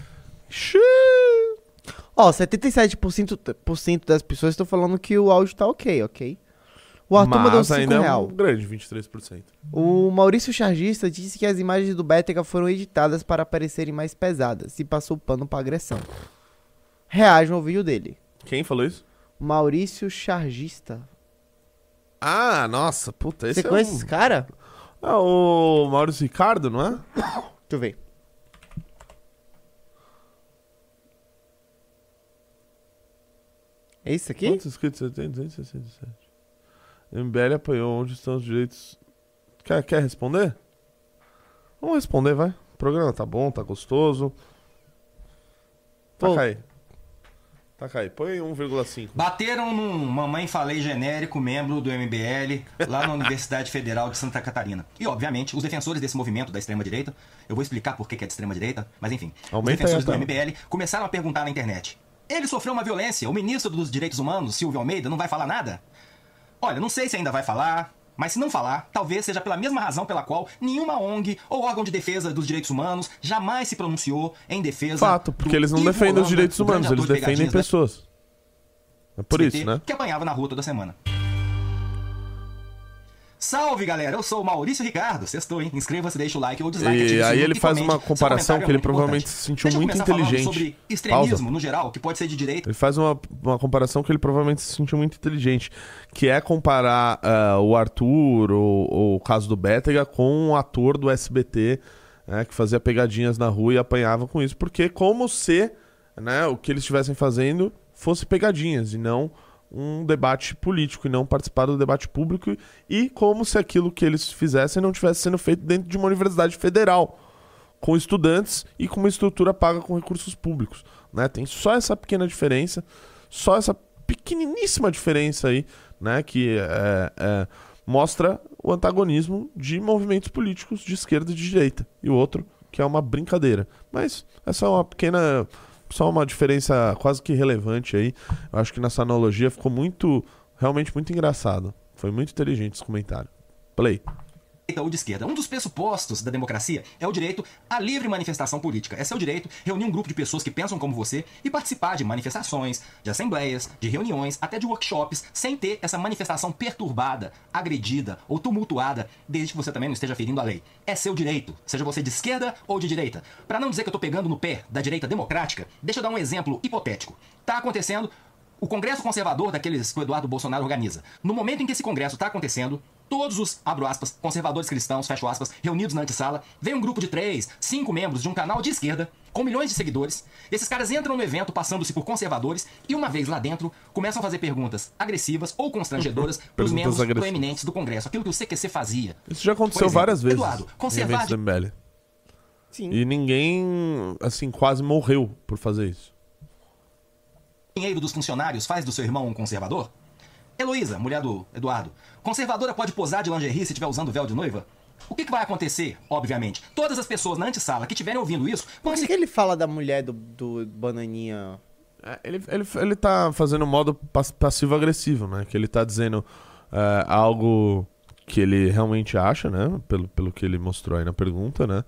Ó, 77% das pessoas estão falando que o áudio tá ok? O Arthur mandou Mas ainda R$5. é um grande 23%. O Maurício Chargista disse que as imagens do Bétega foram editadas para parecerem mais pesadas e passou pano pra agressão. Reajam ao vídeo dele. Quem falou isso? Maurício Chargista. Ah, nossa, puta, esse Você conhece esse cara? É o Maurício Ricardo, não é? Deixa eu ver. É isso aqui? Quantos inscritos você tem? 267. MBL apoiou. Onde estão os direitos? Quer responder? Vamos responder, vai. O programa tá bom, tá gostoso. Taca aí. Põe 1,5. Bateram num Mamãe Falei genérico, membro do MBL, lá na Universidade Federal de Santa Catarina. E, obviamente, os defensores desse movimento da extrema-direita, eu vou explicar por que é de extrema-direita, mas enfim, os defensores do MBL começaram a perguntar na internet: ele sofreu uma violência, o ministro dos Direitos Humanos, Silvio Almeida, não vai falar nada? Olha, não sei se ainda vai falar, mas se não falar, talvez seja pela mesma razão pela qual nenhuma ONG ou órgão de defesa dos direitos humanos jamais se pronunciou em defesa... Fato, porque eles não defendem os direitos humanos, eles defendem pessoas. É por isso, né? Que apanhava na rua toda semana. Salve, galera! Eu sou o Maurício Ricardo. Sextou, hein? Inscreva-se, deixa o like ou dislike. E aí ele faz uma comparação que ele provavelmente se sentiu muito inteligente. Sobre extremismo, no geral, que pode ser de direita. Ele faz uma comparação que ele provavelmente se sentiu muito inteligente, que é comparar o Arthur, ou o caso do Bétega, com um ator do SBT, que fazia pegadinhas na rua e apanhava com isso, porque como se, né, o que eles estivessem fazendo fosse pegadinhas e não um debate político, e não participar do debate público, e como se aquilo que eles fizessem não estivesse sendo feito dentro de uma universidade federal, com estudantes e com uma estrutura paga com recursos públicos, né? Tem só essa pequena diferença, só essa pequeniníssima diferença aí, né, que mostra o antagonismo de movimentos políticos de esquerda e de direita, e o outro que é uma brincadeira. Mas essa é uma pequena... Só uma diferença quase que relevante aí. Eu acho que nessa analogia ficou realmente muito engraçado. Foi muito inteligente esse comentário. Play. Ou de esquerda. Um dos pressupostos da democracia é o direito à livre manifestação política. É seu direito reunir um grupo de pessoas que pensam como você e participar de manifestações, de assembleias, de reuniões, até de workshops, sem ter essa manifestação perturbada, agredida ou tumultuada, desde que você também não esteja ferindo a lei. É seu direito, seja você de esquerda ou de direita. Para não dizer que eu tô pegando no pé da direita democrática, deixa eu dar um exemplo hipotético. Tá acontecendo o Congresso Conservador daqueles que o Eduardo Bolsonaro organiza. No momento em que esse congresso está acontecendo, todos os, abro aspas, conservadores cristãos, fecho aspas, reunidos na antessala, vem um grupo de 3, 5 membros de um canal de esquerda, com milhões de seguidores. Esses caras entram no evento passando-se por conservadores e, uma vez lá dentro, começam a fazer perguntas agressivas ou constrangedoras para os membros proeminentes do Congresso. Aquilo que o CQC fazia. Isso já aconteceu várias vezes. Eduardo, conservar... do MBL. Sim. E ninguém, assim, quase morreu por fazer isso. Dinheiro dos funcionários faz do seu irmão um conservador? Heloísa, mulher do Eduardo, conservadora pode posar de lingerie se estiver usando véu de noiva? O que vai acontecer, obviamente? Todas as pessoas na antessala que estiverem ouvindo isso... Por que ele fala da mulher do Bananinha? Ele tá fazendo modo passivo-agressivo, né? Que ele tá dizendo algo que ele realmente acha, né? Pelo que ele mostrou aí na pergunta, né?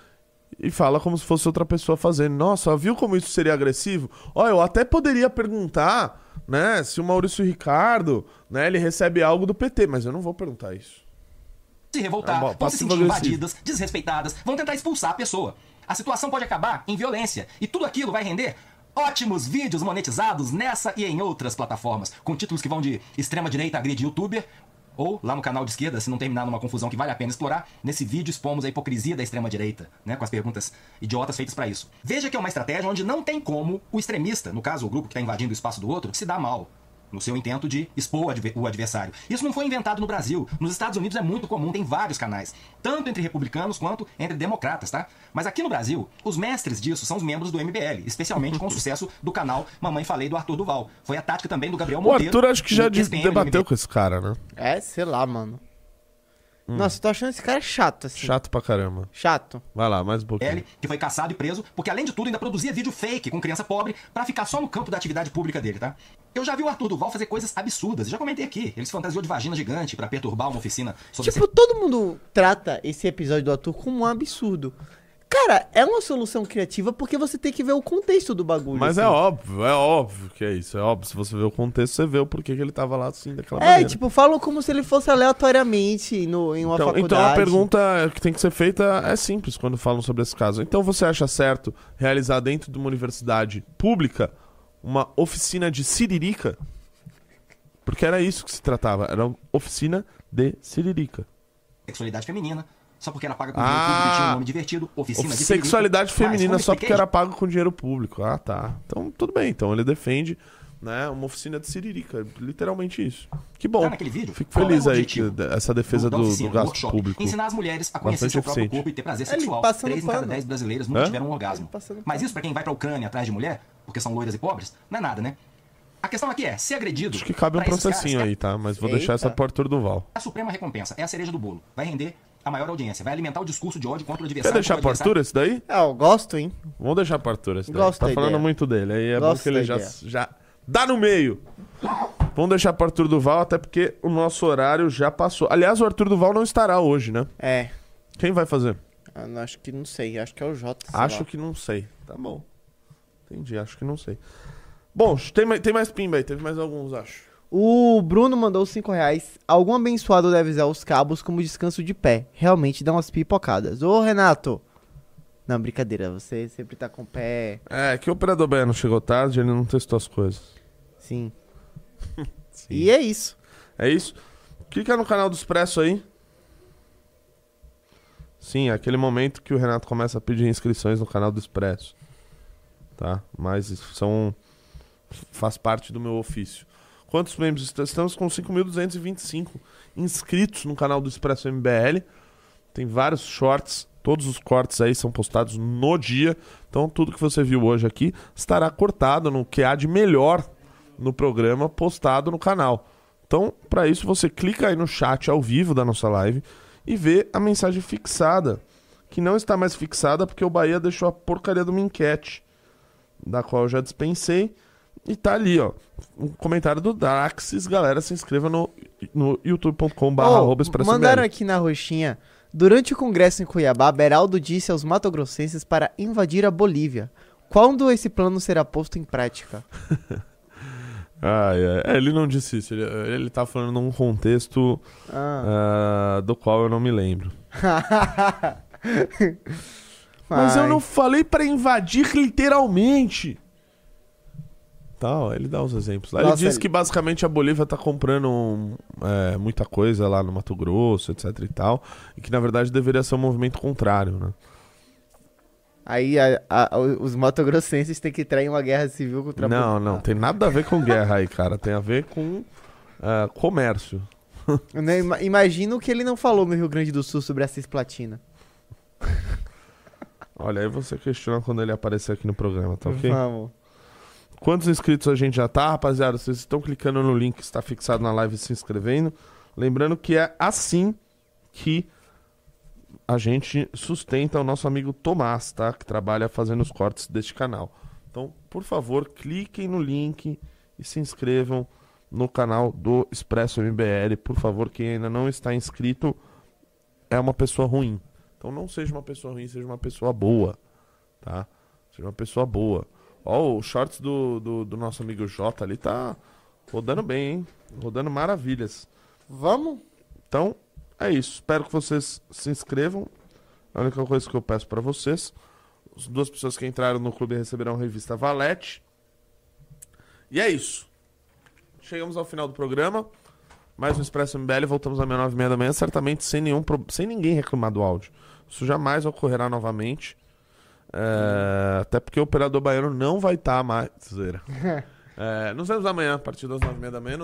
E fala como se fosse outra pessoa fazendo. Nossa, viu como isso seria agressivo? Ó, eu até poderia perguntar, né, se o Maurício Ricardo, né, ele recebe algo do PT, mas eu não vou perguntar isso. Se revoltar, vão se sentir invadidas, desrespeitadas, vão tentar expulsar a pessoa. A situação pode acabar em violência, e tudo aquilo vai render ótimos vídeos monetizados nessa e em outras plataformas, com títulos que vão de extrema-direita agride youtuber, ou lá no canal de esquerda, se não terminar numa confusão que vale a pena explorar, nesse vídeo expomos a hipocrisia da extrema-direita, né, com as perguntas idiotas feitas para isso. Veja que é uma estratégia onde não tem como o extremista, no caso o grupo que está invadindo o espaço do outro, se dar mal. no seu intento de expor o adversário. Isso não foi inventado no Brasil. Nos Estados Unidos é muito comum, tem vários canais, tanto entre republicanos quanto entre democratas, tá? Mas aqui no Brasil, os mestres disso são os membros do MBL, especialmente com o sucesso do canal Mamãe Falei do Arthur Duval. Foi a tática também do Gabriel Monteiro. O Arthur acho que já do SPM, debateu com esse cara, né? É, sei lá, mano. Nossa, eu tô achando esse cara chato, assim. Chato pra caramba. Chato. Vai lá, mais um pouquinho. Ele, que foi caçado e preso, porque além de tudo ainda produzia vídeo fake com criança pobre pra ficar só no campo da atividade pública dele, tá? Eu já vi o Arthur Duval fazer coisas absurdas, já comentei aqui. Ele se fantasiou de vagina gigante pra perturbar uma oficina sobre... Tipo, todo mundo trata esse episódio do Arthur como um absurdo. Cara, é uma solução criativa porque você tem que ver o contexto do bagulho. Mas assim. é óbvio que é isso. É óbvio, se você vê o contexto, você vê o porquê que ele tava lá assim, daquela maneira. Tipo, falam como se ele fosse aleatoriamente em uma faculdade. Então a pergunta que tem que ser feita é simples quando falam sobre esse caso. Então você acha certo realizar dentro de uma universidade pública uma oficina de siririca? Porque era isso que se tratava. Era uma oficina de siririca. Sexualidade feminina. Só porque era paga com dinheiro público e tinha um nome divertido, oficina de sexualidade feminina mas, só porque era pago com dinheiro público. Ah, tá. Então, tudo bem. Então, ele defende, né, uma oficina de siririca. Literalmente isso. Que bom. Naquele vídeo, fico feliz aí que essa defesa do gasto público. Ensinar as mulheres a conhecer seu próprio corpo e ter prazer sexual. 3 em cada 10 brasileiras nunca tiveram um orgasmo. Mas isso pra quem vai pra Ucrânia atrás de mulher, porque são loiras e pobres, não é nada, né? A questão aqui é, ser agredido... Acho que cabe um processinho aí, tá? Mas vou deixar essa pro Arthur Duval. A suprema recompensa é a cereja do bolo. Vai render a maior audiência. Vai alimentar o discurso de ódio contra o adversário. Quer deixar pro Arthur esse daí? Eu gosto, hein? Vamos deixar pro Arthur esse daí. Gosto tá da falando ideia. muito dele. Aí é Gosto bom que ele da já dá no meio. Vamos deixar pro Arthur Duval, até porque o nosso horário já passou. Aliás, o Arthur Duval não estará hoje, né? É. Quem vai fazer? Acho que não sei. Acho que é o Jota. Acho que não sei. Tá bom. Entendi, acho que não sei. Bom, tem mais pimba aí. Teve mais alguns, acho. O Bruno mandou R$5. Algum abençoado deve usar os cabos como descanso de pé. Realmente dá umas pipocadas. Ô, Renato. Não, brincadeira. Você sempre tá com o pé... É, que o operador Baiano chegou tarde, ele não testou as coisas. Sim. Sim. E é isso. É isso. Clica no canal do Expresso aí. Sim, é aquele momento que o Renato começa a pedir inscrições no canal do Expresso. Tá? Mas isso faz parte do meu ofício. Quantos membros? Estamos com 5.225 inscritos no canal do Expresso MBL. Tem vários shorts. Todos os cortes aí são postados no dia. Então tudo que você viu hoje aqui estará cortado no que há de melhor no programa, postado no canal. Então, para isso, você clica aí no chat ao vivo da nossa live e vê a mensagem fixada, que não está mais fixada porque o Bahia deixou a porcaria de uma enquete, da qual eu já dispensei. E tá ali, ó, um comentário do Draxis. Galera, se inscreva no youtube.com/expressoml. Mandaram aqui na roxinha. Durante o congresso em Cuiabá, Beraldo disse aos matogrossenses para invadir a Bolívia. Quando esse plano será posto em prática? Ele não disse isso. Ele tá falando num contexto do qual eu não me lembro. Mas eu não falei para invadir literalmente. Tá, ele dá uns exemplos. Lá ele diz que basicamente a Bolívia tá comprando muita coisa lá no Mato Grosso, etc e tal. E que na verdade deveria ser um movimento contrário, né? Aí os matogrossenses têm que entrar em uma guerra civil contra a Bolívia. Não, tem nada a ver com guerra aí, cara. Tem a ver com comércio. Imagina o que ele não falou no Rio Grande do Sul sobre a Cisplatina. Olha, aí você questiona quando ele aparecer aqui no programa, tá ok? Vamos. Quantos inscritos a gente já tá, rapaziada? Vocês estão clicando no link que está fixado na live e se inscrevendo. Lembrando que é assim que a gente sustenta o nosso amigo Tomás, tá? Que trabalha fazendo os cortes deste canal. Então, por favor, cliquem no link e se inscrevam no canal do Expresso MBL. Por favor, quem ainda não está inscrito é uma pessoa ruim. Então não seja uma pessoa ruim, seja uma pessoa boa, tá? Seja uma pessoa boa. Ó, o shorts do nosso amigo Jota ali tá rodando bem, hein? Rodando maravilhas. Vamos? Então, é isso. Espero que vocês se inscrevam. A única coisa que eu peço pra vocês: as 2 pessoas que entraram no clube receberão a revista Valete. E é isso. Chegamos ao final do programa. Mais um Expresso MBL. Voltamos às 9h30 da manhã. Certamente sem ninguém reclamar do áudio. Isso jamais ocorrerá novamente. Até porque o operador baiano não vai estar mais. Nos vemos amanhã, a partir das 9h30 da manhã.